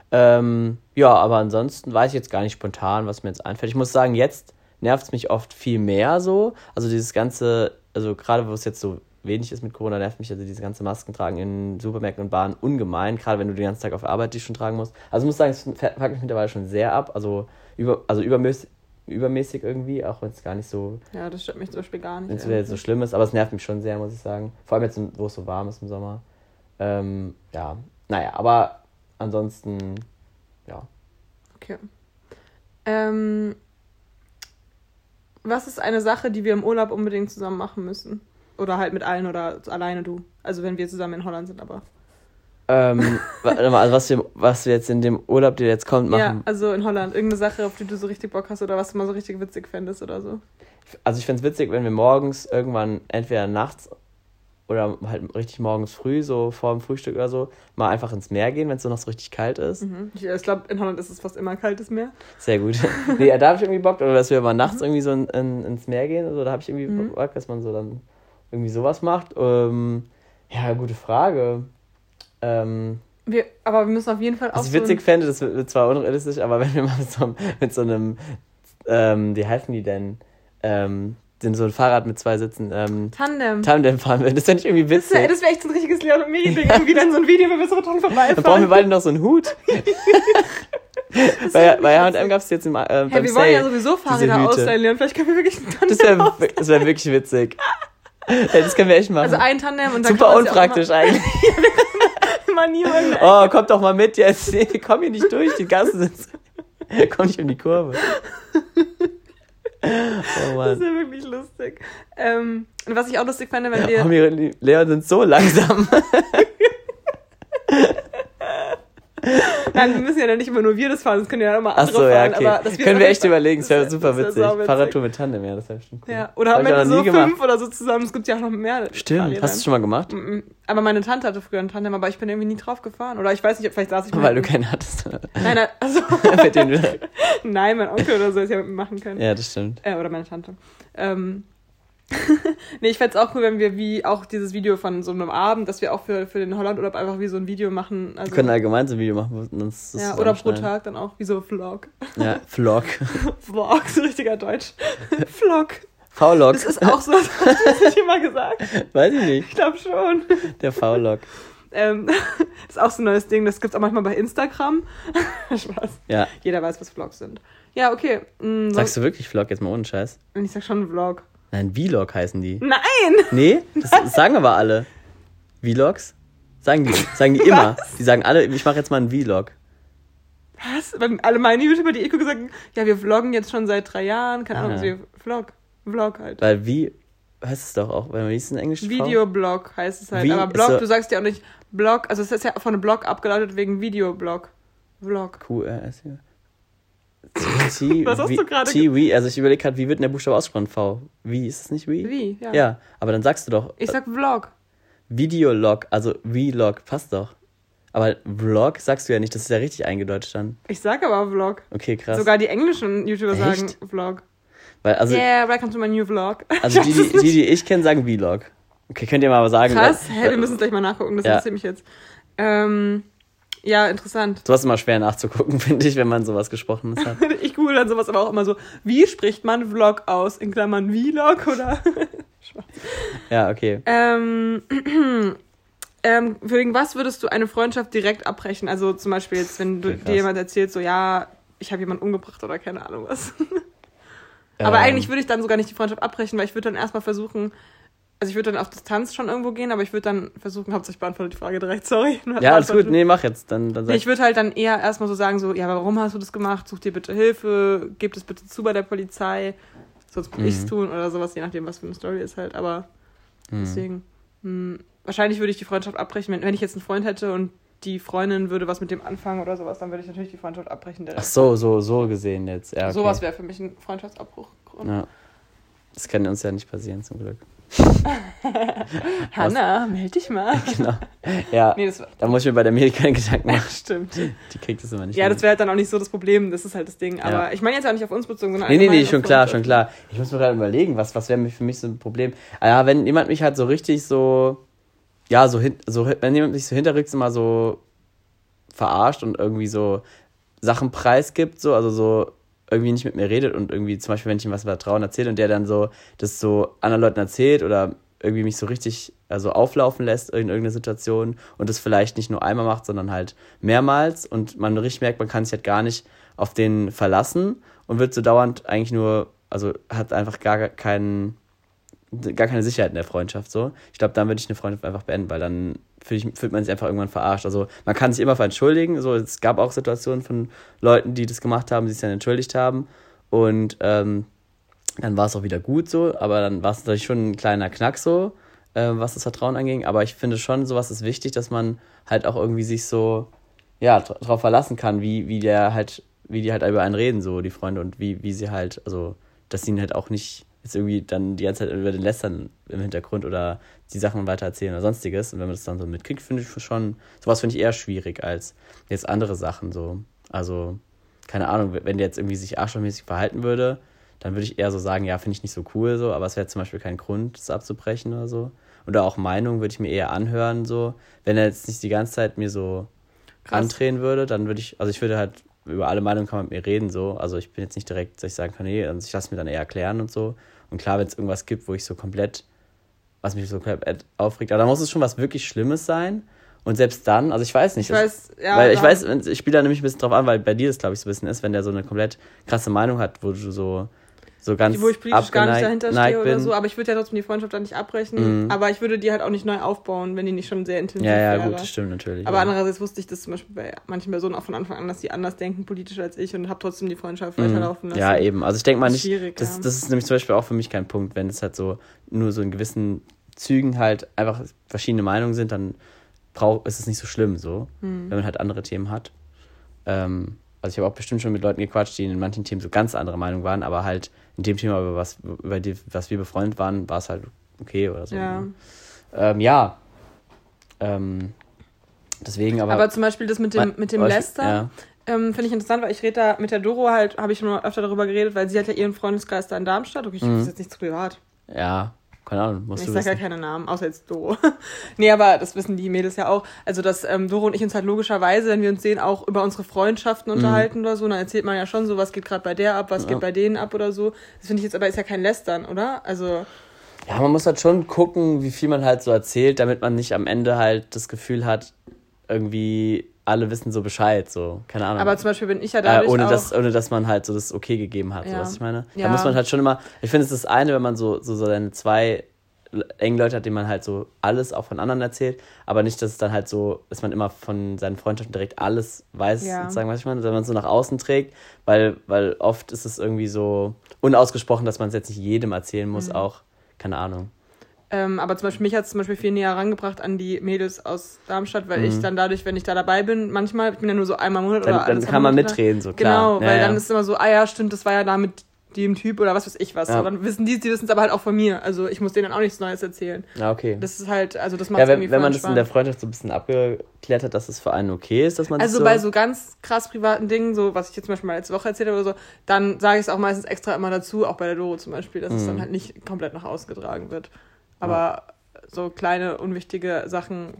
Ähm, ja, aber ansonsten weiß ich jetzt gar nicht spontan, was mir jetzt einfällt. Ich muss sagen, jetzt nervt es mich oft viel mehr so. Also dieses ganze, also gerade wo es jetzt so wenig ist mit Corona, nervt mich also diese ganze Masken tragen in Supermärkten und Bahnen ungemein, gerade wenn du den ganzen Tag auf Arbeit die schon tragen musst. Also ich muss sagen, es fuckt mich mittlerweile schon sehr ab, also, über, also übermäßig, übermäßig irgendwie, auch wenn es gar nicht so... Ja, das stört mich zum Beispiel gar nicht. Wenn es jetzt so schlimm ist, aber es nervt mich schon sehr, muss ich sagen. Vor allem jetzt, wo es so warm ist im Sommer. Ähm, ja, naja, aber ansonsten, ja. Okay. Ähm, was ist eine Sache, die wir im Urlaub unbedingt zusammen machen müssen? Oder halt mit allen oder alleine du? Also wenn wir zusammen in Holland sind, aber. Ähm, warte mal, also was wir, was wir jetzt in dem Urlaub, der jetzt kommt, machen. Ja, also in Holland. Irgendeine Sache, auf die du so richtig Bock hast oder was du mal so richtig witzig fändest oder so. Also ich fände es witzig, wenn wir morgens irgendwann entweder nachts oder halt richtig morgens früh, so vor dem Frühstück oder so, mal einfach ins Meer gehen, wenn es so noch so richtig kalt ist. Mhm. Ich, ich glaube, in Holland ist es fast immer kaltes Meer. Sehr gut. Nee, da habe ich irgendwie Bock, oder dass wir mal nachts mhm. irgendwie so in, in, ins Meer gehen, also, da habe ich irgendwie mhm. Bock, dass man so dann irgendwie sowas macht. Ähm, ja, gute Frage. Ähm, wir, aber wir müssen auf jeden Fall auch was ich witzig so fände, das wird zwar unrealistisch, aber wenn wir mal mit so, mit so einem, ähm, wie heißen die denn, ähm, so ein Fahrrad mit zwei Sitzen. Ähm, Tandem. Tandem fahren würden. Das fände ich irgendwie witzig. Das wäre wär echt so ein richtiges Leon und Miri-Ding. Irgendwie dann so ein Video, wenn wir so dran vorbeifahren. Dann brauchen wir beide noch so einen Hut. Bei H und M gab es jetzt im, äh, beim hey, wir wollen ja sowieso Fahrräder ausleihen, Leon. Vielleicht können wir wirklich ein Tandem Das wäre das wär wirklich witzig. Hey, das können wir echt machen. Also ein Tandem und dann super unpraktisch ja eigentlich. Immer niemand. Oh, kommt doch mal mit jetzt. Wir kommen hier nicht durch, die Gassen sind... Komm nicht um die Kurve. Oh Mann. Das ist ja wirklich lustig. Ähm, und was ich auch lustig fand, wenn wir... Oh, wir Lehrer sind so langsam. Nein, wir müssen ja dann nicht immer nur wir das fahren, das können ja auch mal andere Ach so, ja, fahren. okay. Aber das können wir echt überlegen, das wäre das super wär witzig. witzig. Fahrradtour mit Tandem, ja, das wäre bestimmt cool. Ja, oder haben wir so fünf gemacht. Oder so zusammen, es gibt ja auch noch mehr. Stimmt, Fahrräder. Hast du schon mal gemacht? Aber meine Tante hatte früher einen Tandem, aber ich bin irgendwie nie drauf gefahren. Oder ich weiß nicht, vielleicht saß ich mal. Weil du keinen hattest. Nein, nein, also... mit den Nein, mein Onkel oder so ist ja mit mir machen können. Ja, das stimmt. Äh, oder meine Tante. Ähm... nee, ich fände es auch cool, wenn wir wie auch dieses Video von so einem Abend, dass wir auch für, für den Hollandurlaub einfach wie so ein Video machen. Also, wir können allgemein so ein Video machen. Uns ja, oder pro Tag dann auch wie so Vlog. Ja, Vlog. Vlog, so richtiger Deutsch. Vlog. V-Log. Das ist auch so, das hast du nicht immer gesagt. Weiß ich nicht. Ich glaube schon. Der V-Log. Ähm, das ist auch so ein neues Ding, das gibt es auch manchmal bei Instagram. Spaß. Ja. Jeder weiß, was Vlogs sind. Ja, okay. Mhm, Sagst du wirklich Vlog jetzt mal ohne Scheiß? Ich sag schon Vlog. Nein, Vlog heißen die. Nein! Nee, das Nein. sagen aber alle. Vlogs? Sagen die, sagen die immer. Was? Die sagen alle, ich mache jetzt mal einen Vlog. Was? Weil alle meine YouTuber, die ich gucke, sagen, ja, wir vloggen jetzt schon seit drei Jahren. Keine Ahnung, Ah. also Vlog. Vlog halt. Weil wie heißt es doch auch, weil man liest in Englisch. Videoblog heißt es halt. Wie aber Blog, so, du sagst ja auch nicht Blog, also es ist ja von einem Blog abgeleitet wegen Videoblog. Vlog. Q R S hier. T, Was hast du gerade T, wie, also ich überlege gerade, wie wird denn der Buchstabe ausgesprochen? V. Wie, ist es nicht wie? Wie, ja. Ja, aber dann sagst du doch. Ich sag Vlog. Videolog, also Vlog, passt doch. Aber Vlog sagst du ja nicht, das ist ja richtig eingedeutscht dann. Ich sag aber Vlog. Okay, krass. Sogar die englischen YouTuber Echt? sagen Vlog. Weil, also, yeah, welcome to my new Vlog. Also die, die, die, die ich kenne, sagen Vlog. Okay, könnt ihr mal sagen. Krass, weil, hä, wir müssen es gleich mal nachgucken, das ja. interessiert mich jetzt. Ähm, ja, interessant. Sowas ist immer schwer nachzugucken, finde ich, wenn man sowas Gesprochenes hat. Ich google dann sowas aber auch immer so, wie spricht man Vlog aus? In Klammern Vlog oder? Ja, okay. Ähm, ähm, wegen was würdest du eine Freundschaft direkt abbrechen? Also zum Beispiel jetzt, wenn du, okay, dir jemand erzählt, so ja, ich habe jemanden umgebracht oder keine Ahnung was. Ähm. Aber eigentlich würde ich dann sogar nicht die Freundschaft abbrechen, weil ich würde dann erstmal versuchen, also ich würde dann auf Distanz schon irgendwo gehen, aber ich würde dann versuchen, hauptsächlich beantwortet die Frage direkt, sorry. Ja, alles gut, nee, mach jetzt. Dann, dann sag ich würde halt dann eher erstmal so sagen, so, ja, warum hast du das gemacht? Such dir bitte Hilfe, gib es bitte zu bei der Polizei, sonst muss mhm. ich es tun oder sowas, je nachdem, was für eine Story ist halt, aber mhm. deswegen, mh, wahrscheinlich würde ich die Freundschaft abbrechen, wenn, wenn ich jetzt einen Freund hätte und die Freundin würde was mit dem anfangen oder sowas, dann würde ich natürlich die Freundschaft abbrechen direkt. Ach so, so, so gesehen jetzt, ja, okay. Sowas wäre für mich ein Freundschaftsabbruch. Ja. Das kann uns ja nicht passieren, zum Glück. Hanna, melde dich mal. Genau. Ja, nee, das da muss ich mir bei der Miri keine Gedanken machen. Stimmt. Die kriegt das immer nicht. Ja, hin. das wäre halt dann auch nicht so das Problem, das ist halt das Ding. Aber ja. ich meine jetzt auch nicht auf uns bezogen, sondern Nee, nee, nee, schon klar, schon klar. Ich muss mir gerade überlegen, was, was wäre für mich so ein Problem. Ah ja, wenn jemand mich halt so richtig so, ja, so, hin, so wenn jemand mich so hinterrücks immer so verarscht und irgendwie so Sachen preisgibt, so, also so irgendwie nicht mit mir redet und irgendwie zum Beispiel, wenn ich ihm was über Vertrauen erzähle und der dann so das so anderen Leuten erzählt oder irgendwie mich so richtig also auflaufen lässt in irgendeiner Situation und das vielleicht nicht nur einmal macht, sondern halt mehrmals und man richtig merkt, man kann sich halt gar nicht auf den verlassen und wird so dauernd eigentlich nur, also hat einfach gar keinen, gar keine Sicherheit in der Freundschaft so. Ich glaube, dann würde ich eine Freundschaft einfach beenden, weil dann fühlt, ich, fühlt man sich einfach irgendwann verarscht. Also man kann sich immer entschuldigen, so, es gab auch Situationen von Leuten, die das gemacht haben, die sich dann entschuldigt haben und ähm, dann war es auch wieder gut so, aber dann war es natürlich schon ein kleiner Knack so, äh, was das Vertrauen anging, aber ich finde schon, sowas ist wichtig, dass man halt auch irgendwie sich so, ja, drauf verlassen kann, wie, wie der halt, wie die halt über einen reden, so, die Freunde und wie, wie sie halt, also, dass sie ihn halt auch nicht jetzt irgendwie dann die ganze Zeit über den Lästern im Hintergrund oder die Sachen weiter erzählen oder sonstiges und wenn man das dann so mitkriegt, finde ich schon, sowas finde ich eher schwierig als jetzt andere Sachen so, also, keine Ahnung, wenn der jetzt irgendwie sich arschlochmäßig verhalten würde, dann würde ich eher so sagen, ja, finde ich nicht so cool, so, aber es wäre zum Beispiel kein Grund, das abzubrechen oder so. Oder auch Meinungen würde ich mir eher anhören, so. Wenn er jetzt nicht die ganze Zeit mir so Krass. andrehen würde, dann würde ich, also ich würde halt, über alle Meinungen kann man mit mir reden, so. Also ich bin jetzt nicht direkt, dass ich sagen kann, nee, also ich lasse mir dann eher erklären und so. Und klar, wenn es irgendwas gibt, wo ich so komplett, was mich so komplett aufregt, aber da muss es schon was wirklich Schlimmes sein. Und selbst dann, also ich weiß nicht. Ich weiß, ja. Weil ich weiß, ich spiele da nämlich ein bisschen drauf an, weil bei dir das, glaube ich, so ein bisschen ist, wenn der so eine komplett krasse Meinung hat, wo du so so ganz wo ich politisch gar nicht dahinter stehe oder bin. so, aber ich würde ja trotzdem die Freundschaft dann nicht abbrechen, mhm. aber ich würde die halt auch nicht neu aufbauen, wenn die nicht schon sehr intensiv wäre. Ja, ja, wäre. gut, das stimmt natürlich. Aber ja. andererseits wusste ich das zum Beispiel bei manchen Personen auch von Anfang an, dass die anders denken politisch als ich und habe trotzdem die Freundschaft mhm. weiterlaufen lassen. Ja, eben. Also ich denke mal nicht, ja. das, das ist nämlich zum Beispiel auch für mich kein Punkt, wenn es halt so nur so in gewissen Zügen halt einfach verschiedene Meinungen sind, dann brauch, ist es nicht so schlimm so, mhm. wenn man halt andere Themen hat. Ähm, also ich habe auch bestimmt schon mit Leuten gequatscht, die in manchen Themen so ganz andere Meinungen waren, aber halt in dem Thema, über was, über die, was wir befreundet waren, war es halt okay oder so. Ja. Ähm, ja. Ähm, deswegen aber... Aber zum Beispiel das mit dem, mein, mit dem Lästern, ja. ähm, finde ich interessant, weil ich rede da mit der Doro halt, habe ich schon mal öfter darüber geredet, weil sie hat ja ihren Freundeskreis da in Darmstadt. Okay, ich mhm. ist jetzt nicht zu privat. Ja, keine Ahnung, musst ich du Ich sage ja keine Namen, außer jetzt Doro. Nee, aber das wissen die Mädels ja auch. Also, dass ähm, Doro und ich uns halt logischerweise, wenn wir uns sehen, auch über unsere Freundschaften unterhalten mhm. oder so. Und dann erzählt man ja schon so, was geht gerade bei der ab, was ja. geht bei denen ab oder so. Das finde ich jetzt aber ist ja kein Lästern, oder? Also... Ja, man muss halt schon gucken, wie viel man halt so erzählt, damit man nicht am Ende halt das Gefühl hat, irgendwie alle wissen so Bescheid, so, keine Ahnung. Aber zum Beispiel bin ich ja dadurch äh, ohne auch... Dass, ohne dass man halt so das Okay gegeben hat, ja. so was ich meine. Ja. Da muss man halt schon immer... Ich finde, es ist das eine, wenn man so, so, so seine zwei engen Leute hat, denen man halt so alles auch von anderen erzählt, aber nicht, dass es dann halt so, dass man immer von seinen Freundschaften direkt alles weiß, ja. sozusagen, was ich meine, wenn man es so nach außen trägt, weil, weil oft ist es irgendwie so unausgesprochen, dass man es jetzt nicht jedem erzählen muss, mhm. auch, keine Ahnung. Ähm, aber zum Beispiel, mich hat es zum Beispiel viel näher rangebracht an die Mädels aus Darmstadt, weil mhm. ich dann dadurch, wenn ich da dabei bin, manchmal, ich bin ja nur so einmal im Monat dann, oder Dann kann man mitreden, so klar. Genau, ja, weil ja. dann ist es immer so, ah ja, stimmt, das war ja da mit dem Typ oder was weiß ich was. Ja. So, dann wissen die, die wissen es aber halt auch von mir. Also ich muss denen dann auch nichts Neues erzählen. Ja, okay. Das ist halt, also das macht ja, es irgendwie wenn man das spannend. In der Freundschaft so ein bisschen abgeklärt hat, dass es für einen okay ist, dass man Also das so... bei so ganz krass privaten Dingen, so was ich jetzt zum Beispiel mal letzte Woche erzählt habe oder so, dann sage ich es auch meistens extra immer dazu, auch bei der Doro zum Beispiel, dass mhm. es dann halt nicht komplett nach außen getragen wird. Aber ja. so kleine, unwichtige Sachen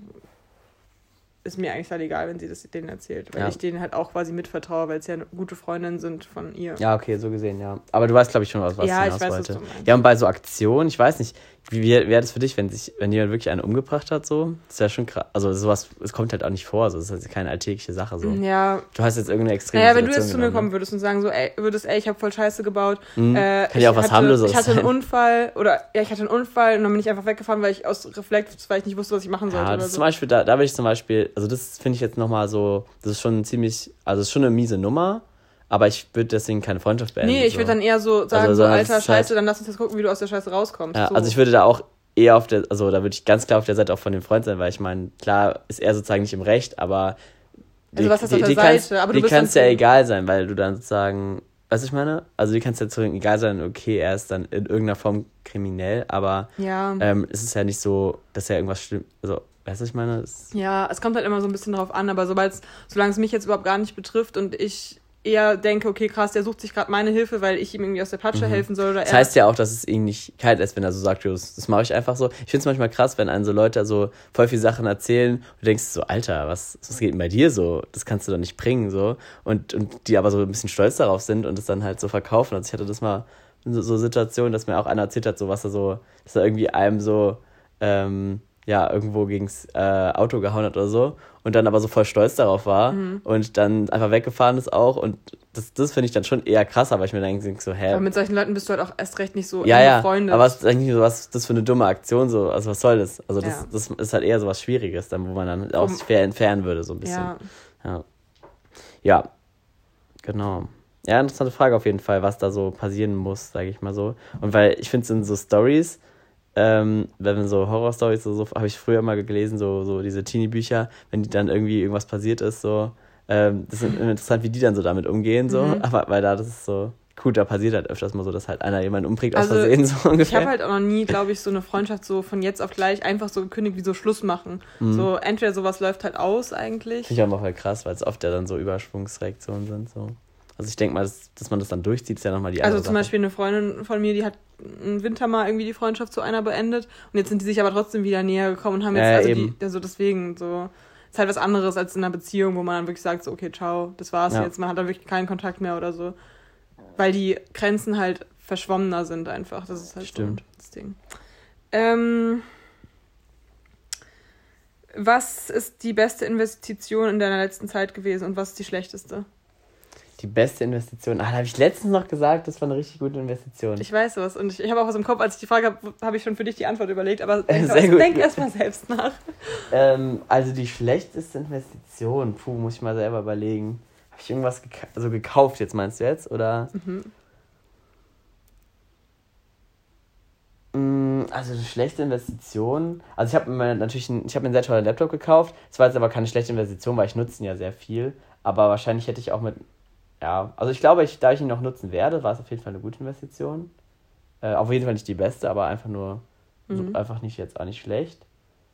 ist mir eigentlich halt egal, wenn sie das denen erzählt. Weil ja. ich denen halt auch quasi mitvertraue, weil es ja gute Freundinnen sind von ihr. Ja, okay, so gesehen, ja. Aber du weißt, glaube ich, schon, was, was ja, du ich weiß, wollte. was du meinst. Ja, und bei so Aktionen, ich weiß nicht, wie wäre das für dich, wenn sich, wenn jemand wirklich einen umgebracht hat, so? Das ist ja schon krass. Also sowas, es kommt halt auch nicht vor, so. Das ist halt keine alltägliche Sache, so. Ja. Du hast jetzt irgendeine extreme Naja, wenn Situation du jetzt zu mir genommen, kommen würdest und sagen so, ey, würdest, ey, ich habe voll Scheiße gebaut. Mhm. Äh, Kann ja auch was hatte, harmloses Ich hatte einen sein. Unfall, oder, ja, ich hatte einen Unfall und dann bin ich einfach weggefahren, weil ich aus Reflex, weil ich nicht wusste, was ich machen sollte. Ja, oder das ist so. zum Beispiel, da, da will ich zum Beispiel, also das finde ich jetzt nochmal so, das ist schon ziemlich, also das ist schon eine miese Nummer, aber ich würde deswegen keine Freundschaft beenden. Nee, ich so. würde dann eher so sagen, also, so, alter halt, Scheiße, dann lass uns jetzt gucken, wie du aus der Scheiße rauskommst. Ja, so. also ich würde da auch eher auf der, also da würde ich ganz klar auf der Seite auch von dem Freund sein, weil ich meine, klar ist er sozusagen nicht im Recht, aber die, also was ist die, auf der die Seite? kann's, aber die du kann es ja egal sein, weil du dann sozusagen, weißt du, ich meine? Also die kann es ja sozusagen egal sein, okay, er ist dann in irgendeiner Form kriminell, aber ja. ähm, es ist ja nicht so, dass er irgendwas schlimm, also weißt du, ich meine? Es ja, es kommt halt immer so ein bisschen drauf an, aber sobald solange es mich jetzt überhaupt gar nicht betrifft und ich eher denke, okay, krass, der sucht sich gerade meine Hilfe, weil ich ihm irgendwie aus der Patsche mhm. helfen soll. Oder das heißt ja auch, dass es ihm nicht kalt ist, wenn er so sagt, das, das mache ich einfach so. Ich finde es manchmal krass, wenn einem so Leute so voll viele Sachen erzählen und du denkst so, Alter, was, was geht denn bei dir so? Das kannst du doch nicht bringen, so. Und, und die aber so ein bisschen stolz darauf sind und es dann halt so verkaufen. Also ich hatte das mal in so, so Situationen, dass mir auch einer erzählt hat, so was er so, dass er irgendwie einem so, ähm, ja, irgendwo gegens äh, Auto gehauen hat oder so und dann aber so voll stolz darauf war mhm. und dann einfach weggefahren ist auch und das, das finde ich dann schon eher krasser, weil ich mir dann denke so, hä. Aber mit solchen Leuten bist du halt auch erst recht nicht so ja, ja, befreundet. Aber was ist eigentlich so, was ist das für eine dumme Aktion so, also was soll das? Also das, ja. das ist halt eher so was Schwieriges, dann wo man dann auch sich entfernen würde so ein bisschen. Ja. ja. Ja, genau. Ja, interessante Frage auf jeden Fall, was da so passieren muss, sage ich mal so. Und weil ich finde es in so Stories, Ähm, wenn so Horror-Stories so, so habe ich früher mal gelesen, so, so diese Teenie-Bücher, wenn die dann irgendwie irgendwas passiert ist, so, ähm, das ist interessant, wie die dann so damit umgehen, so, mhm. aber weil da das ist so, gut, da passiert halt öfters mal so, dass halt einer jemanden umbringt aus also, Versehen, so ungefähr. Ich habe halt auch noch nie, glaube ich, so eine Freundschaft so von jetzt auf gleich einfach so gekündigt, wie so Schluss machen. Mhm. So, entweder sowas läuft halt aus eigentlich. Finde ich auch mal voll krass, weil es oft ja dann so Überschwungsreaktionen sind, so. Also ich denke mal, dass, dass man das dann durchzieht, ist ja nochmal die andere Also zum Sache. Beispiel eine Freundin von mir, die hat im Winter mal irgendwie die Freundschaft zu einer beendet und jetzt sind die sich aber trotzdem wieder näher gekommen und haben jetzt, ja, also eben. die, also deswegen so, ist halt was anderes als in einer Beziehung, wo man dann wirklich sagt so, okay, ciao, das war's ja. jetzt, man hat dann wirklich keinen Kontakt mehr oder so. Weil die Grenzen halt verschwommener sind einfach, das ist halt Stimmt. so das Ding. Ähm, was ist die beste Investition in deiner letzten Zeit gewesen und was ist die schlechteste? Die beste Investition. Ah, da habe ich letztens noch gesagt, das war eine richtig gute Investition. Ich weiß was. Und ich, ich habe auch was im Kopf, als ich die Frage habe, habe ich schon für dich die Antwort überlegt. Aber denk, also, denk erst mal selbst nach. Ähm, also die schlechteste Investition, puh, muss ich mal selber überlegen. Habe ich irgendwas geka- also gekauft jetzt, meinst du jetzt? Oder? Mhm. Also eine schlechte Investition. Also ich habe mir natürlich einen, ich habe mir einen sehr tollen Laptop gekauft. Das war jetzt aber keine schlechte Investition, weil ich nutze ihn ja sehr viel. Aber wahrscheinlich hätte ich auch mit... Ja, also ich glaube, ich, da ich ihn noch nutzen werde, war es auf jeden Fall eine gute Investition. Äh, auf jeden Fall nicht die beste, aber einfach nur, mhm. so, einfach nicht jetzt auch nicht schlecht.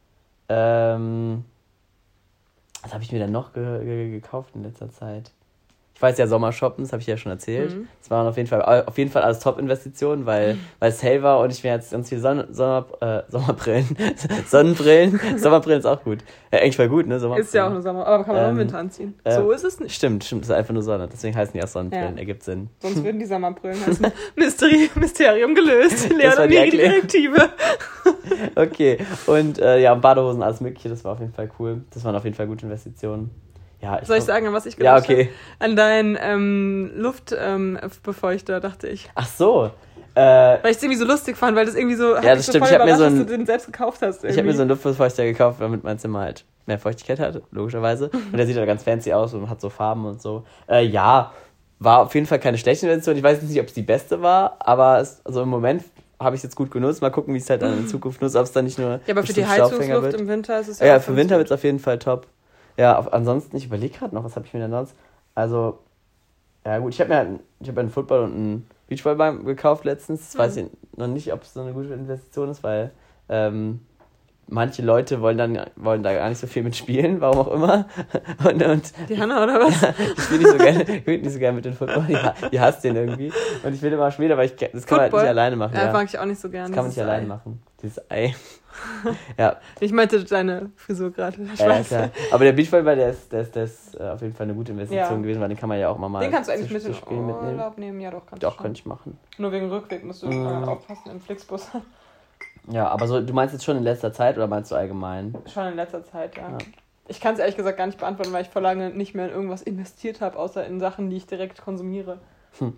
Ähm, was habe ich mir dann noch ge- ge- gekauft in letzter Zeit? Ich weiß ja, Sommershoppen, das habe ich ja schon erzählt. Mhm. Das waren auf jeden Fall auf jeden Fall alles Top-Investitionen, weil, mhm. weil es hell war und ich mir jetzt ganz viele Sonne, Sommer, äh, Sommerbrillen, Sonnenbrillen, Sommerbrillen ist auch gut. Ja, eigentlich voll gut, ne? Ist ja auch eine Sommer, aber kann man ähm, auch im Winter anziehen. Äh, so ist es nicht. Stimmt, stimmt, das ist einfach nur Sonne, deswegen heißen die auch Sonnenbrillen, ja. Ergibt Sinn. Sonst würden die Sommerbrillen heißen. Mystery, Mysterium gelöst, Lehrer und die Direktive. Okay, und äh, ja, Badehosen, alles mögliche, das war auf jeden Fall cool. Das waren auf jeden Fall gute Investitionen. Ja, ich Soll ich sagen, an was ich gedacht ja, okay. habe? An deinen ähm, Luftbefeuchter, ähm, dachte ich. Ach so. Äh, weil ich es irgendwie so lustig fand, weil das irgendwie so... Ja, das so stimmt. Ich habe mir so einen, dass du den selbst gekauft hast. Irgendwie. Ich habe mir so einen Luftbefeuchter gekauft, damit mein Zimmer halt mehr Feuchtigkeit hat, logischerweise. Und der sieht halt ganz fancy aus und hat so Farben und so. Äh, ja, war auf jeden Fall keine schlechte Investition. Ich weiß nicht, ob es die beste war, aber es, also im Moment habe ich es jetzt gut genutzt. Mal gucken, wie es halt dann in Zukunft nutzt, ob es dann nicht nur... Ja, aber für die Heizungsluft im Winter ist es ja... Ja, für Winter wird es auf jeden Fall top. Ja, auf, ansonsten, ich überlege gerade noch, was habe ich mir denn sonst... Also, ja gut, ich habe mir ich hab einen Football und einen Beachvolleyball gekauft letztens. Das mhm. weiß ich noch nicht, ob es so eine gute Investition ist, weil ähm, manche Leute wollen dann wollen da gar nicht so viel mitspielen, warum auch immer. Und, und die Hanna, oder was? Ja, ich spiele nicht so gerne, ich spiele nicht so gerne mit dem Football, die, die hasst den irgendwie. Und ich will immer spielen, aber ich, das kann Football? man halt nicht alleine machen. Ja, ja. mag ich auch nicht so gerne. Das kann man nicht alleine machen. Dieses Ei. Ja. Ich meinte deine Frisur gerade. Ja, klar. Aber der Beachvolleyball, der ist, der ist, der ist auf jeden Fall eine gute Investition ja. gewesen, weil den kann man ja auch mal Den kannst du eigentlich mit in den Urlaub nehmen? Ja, doch, kannst doch, du. Doch, könnte ich machen. Nur wegen Rückweg musst du mm. aufpassen im Flixbus. Ja, aber so, du meinst jetzt schon in letzter Zeit oder meinst du allgemein? Schon in letzter Zeit, ja. ja. Ich kann es ehrlich gesagt gar nicht beantworten, weil ich vor lange nicht mehr in irgendwas investiert habe, außer in Sachen, die ich direkt konsumiere. Hm.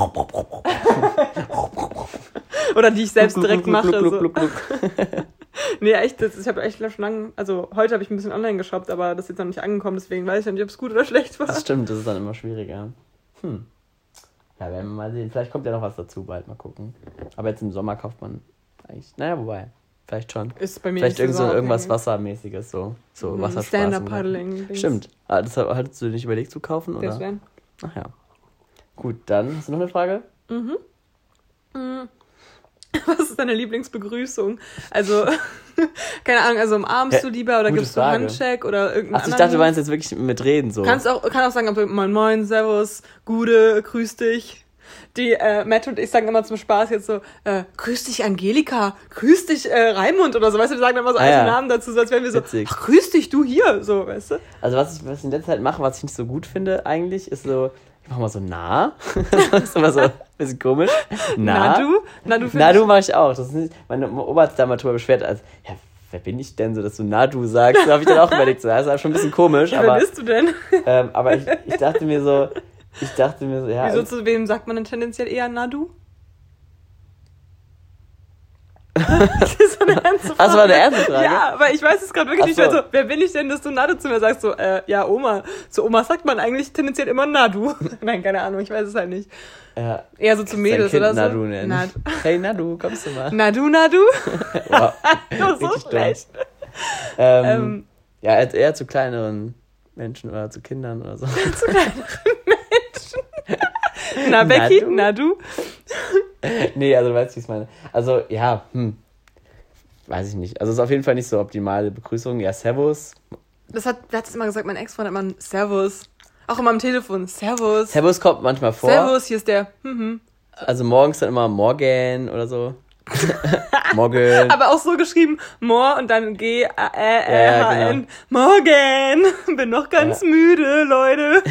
Oder die ich selbst direkt mache. So. Nee, echt, das, ich habe echt schon lange, also heute habe ich ein bisschen online geshoppt, aber das ist jetzt noch nicht angekommen, deswegen weiß ich ja nicht, ob es gut oder schlecht war. Das stimmt, das ist dann immer schwieriger. Hm. Ja, werden wir mal sehen. Vielleicht kommt ja noch was dazu, bald mal gucken. Aber jetzt im Sommer kauft man eigentlich, naja, wobei, vielleicht schon. Ist bei mir vielleicht nicht irgend so irgendwas Wassermäßiges, so, so mhm, Wasserspaß. Stand-Up-Paddling. Stimmt. Ah, das hattest du dir nicht überlegt zu kaufen, oder? Das wären. Ach ja. Gut, dann, hast du noch eine Frage? Mhm. mhm. Was ist deine Lieblingsbegrüßung? Also, keine Ahnung, also umarmst ja, du lieber oder gibst du Handshake oder irgendeinen Ach, ich dachte, du meinst jetzt wirklich mit Reden so. Kannst auch, kann auch sagen, ob du Moin Moin, Servus, Gude, grüß dich. Die, äh, Matt und ich sagen immer zum Spaß jetzt so, äh, grüß dich Angelika, grüß dich äh, Raimund oder so, weißt du, wir sagen dann immer so ah, ja. Namen dazu, so als wären wir so, Witzig. Ach, grüß dich, du hier, so, weißt du. Also was ich, was ich in letzter Zeit mache, was ich nicht so gut finde eigentlich, ist so, ich mach mal so nah, das ist immer so ein bisschen komisch. Na, na du? Na du, na, du mach ich auch, das ist nicht, meine Oma hat sich da mal drüber beschwert, als, ja, wer bin ich denn so, dass du na du sagst, da habe ich dann auch überlegt, so, das ist schon ein bisschen komisch, ja, aber. Wer bist du denn? Ähm, aber ich, ich dachte mir so, Ich dachte mir so, ja. Wieso zu wem sagt man denn tendenziell eher Nadu? Das ist eine ernste Frage. Das war eine ernste Frage? Ja, aber ich weiß es gerade wirklich so. nicht mehr so. Wer bin ich denn, dass du Nadu zu mir sagst? So, äh, ja, Oma. Zu Oma sagt man eigentlich tendenziell immer Nadu. Nein, keine Ahnung, ich weiß es halt nicht. Ja. Eher so zu Mädels oder so. Nadu nennen. Nadu. Hey Nadu, kommst du mal? Nadu, Nadu? Wow. so schlecht. Ähm, ähm, ja, eher zu kleineren Menschen oder zu Kindern oder so. Zu kleineren Menschen? Na, Becky? Na, du? Nee, also du weißt, wie ich es meine. Also, ja, hm. Weiß ich nicht. Also, es ist auf jeden Fall nicht so optimale Begrüßung. Ja, Servus. Das hat, der hat es immer gesagt, mein Ex-Freund hat immer Servus. Auch immer am Telefon. Servus. Servus kommt manchmal vor. Servus, hier ist der. Mhm. Also, morgens dann immer Morgen oder so. Morgen. Aber auch so geschrieben, Mor und dann G, A, Ä, Ä, H, N. Morgen. Bin noch ganz ja. müde, Leute.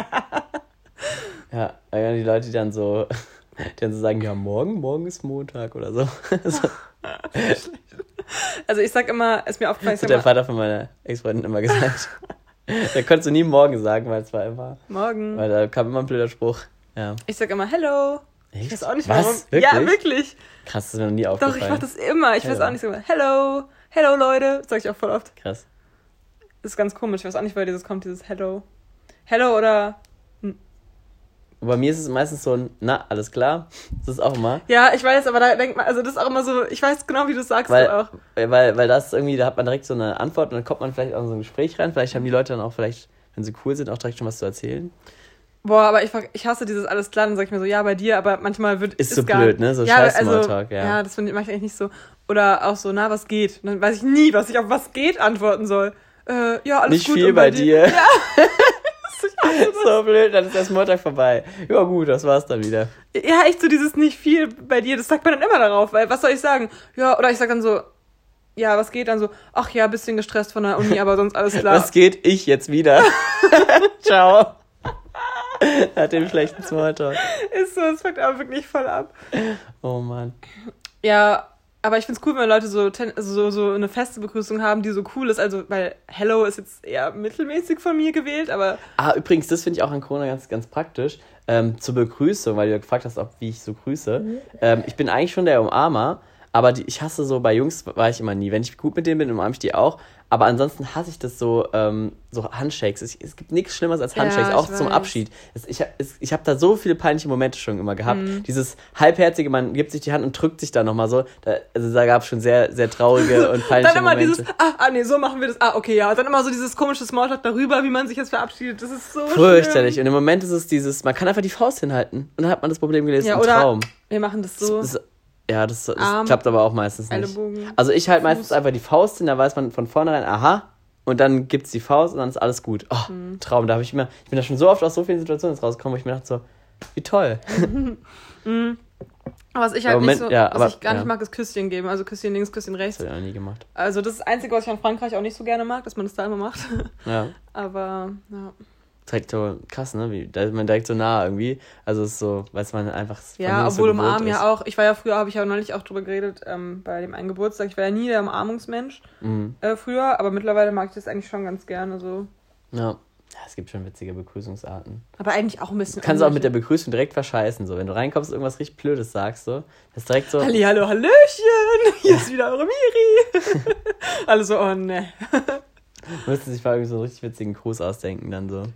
Ja, die Leute, die dann so, die dann so sagen, ja, morgen, morgen ist Montag oder so. so. Also ich sag immer, ist mir aufgefallen, das hat der Vater von meiner Ex-Freundin immer gesagt. Da konntest du nie morgen sagen, weil es war immer... Morgen. Weil da kam immer ein blöder Spruch. Ja. Ich sag immer Hello. Echt? Ich weiß auch nicht, Was? warum. Wirklich? Ja, wirklich. Krass, das ist mir noch nie aufgefallen. Doch, ich mach das immer. Ich Hello. weiß auch nicht so immer Hello. Hello, Leute. Das sag ich auch voll oft. Krass. Das ist ganz komisch. Ich weiß auch nicht, woher dieses kommt, dieses Hello. Hello oder... Bei mir ist es meistens so ein, na, alles klar. Das ist auch immer. Ja, ich weiß, aber da denkt man, also das ist auch immer so, ich weiß genau, wie du es sagst Weil, auch. weil, weil das irgendwie, da hat man direkt so eine Antwort und dann kommt man vielleicht auch in so ein Gespräch rein. Vielleicht haben die Leute dann auch vielleicht, wenn sie cool sind, auch direkt schon was zu erzählen. Boah, aber ich, ich hasse dieses alles klar, dann sag ich mir so, ja, bei dir, aber manchmal wird... Ist, ist so gar, blöd, ne? So ja, scheiß also, Smalltalk, ja. Ja, das finde ich, mach ich eigentlich nicht so. Oder auch so, na, was geht? Und dann weiß ich nie, was ich auf was geht antworten soll. Äh, ja, alles nicht gut. Nicht viel bei dir. dir. Ja. So blöd, dann ist der Smalltalk vorbei. Ja gut, das war's dann wieder. Ja, echt so dieses nicht viel bei dir, das sagt man dann immer darauf, weil was soll ich sagen? Ja, oder ich sag dann so, ja, was geht? Dann so, ach ja, bisschen gestresst von der Uni, aber sonst alles klar. Was geht? Ich jetzt wieder. Ciao. Hat den schlechten Smalltalk. Ist so, es fuckt aber wirklich voll ab. Oh Mann. Ja, aber ich find's cool, wenn Leute so, ten, so, so eine feste Begrüßung haben, die so cool ist. Also, weil Hello ist jetzt eher mittelmäßig von mir gewählt, aber... Ah, übrigens, das finde ich auch an Corona ganz, ganz praktisch. Ähm, zur Begrüßung, weil du gefragt hast, ob, wie ich so grüße. Mhm. Ähm, ich bin eigentlich schon der Umarmer, aber die, ich hasse so, bei Jungs war ich immer nie. Wenn ich gut mit denen bin, umarme ich die auch. Aber ansonsten hasse ich das so, ähm, so Handshakes. Es, es gibt nichts Schlimmeres als Handshakes, ja, auch zum weiß. Abschied. Es, ich es, ich habe da so viele peinliche Momente schon immer gehabt. Mhm. Dieses halbherzige, man gibt sich die Hand und drückt sich da nochmal so. Da, also da gab es schon sehr, sehr traurige und peinliche dann immer Momente. Dieses, ah, ah, nee, so machen wir das. Ah, okay, ja. Dann immer so dieses komische Smalltalk darüber, wie man sich jetzt verabschiedet. Das ist so fürchterlich. schlimm. Und im Moment ist es dieses, man kann einfach die Faust hinhalten. Und dann hat man das Problem gelöst, ja, im oder Traum. Wir machen das so. Das, das, ja, das, das Arm, klappt aber auch meistens nicht. Ellenbogen, also ich halte Fuß. meistens einfach die Faust hin, da weiß man von vornherein, aha, und dann gibt's die Faust und dann ist alles gut. Oh, mhm. Traum, da habe ich immer, ich bin da schon so oft aus so vielen Situationen jetzt rausgekommen, wo ich mir dachte so, wie toll. mhm. Aber was ich halt Moment, nicht so, ja, was aber, ich gar ja. nicht mag, ist Küsschen geben. Also Küsschen links, Küsschen rechts. Das habe ich noch nie gemacht. Also das ist das Einzige, was ich an Frankreich auch nicht so gerne mag, dass man das da immer macht. Ja. Aber, ja. Direkt so krass, ne? Wie, da ist man direkt so nah irgendwie. Also es ist so, weiß man einfach. Ja, obwohl so umarmen ja auch. Ich war ja früher, habe ich ja neulich auch drüber geredet, ähm, bei dem einen Geburtstag. Ich war ja nie der Umarmungsmensch mhm. äh, früher, aber mittlerweile mag ich das eigentlich schon ganz gerne so. Ja. Ja, es gibt schon witzige Begrüßungsarten. Aber eigentlich auch ein bisschen. Du kannst auch mit der Begrüßung direkt verscheißen. So. Wenn du reinkommst und irgendwas richtig Blödes sagst, so, das ist direkt so. Halli, hallo, Hallöchen! Hier ist wieder eure Miri! Alle so, oh ne. Müsste sich mal irgendwie so einen richtig witzigen Gruß ausdenken, dann so.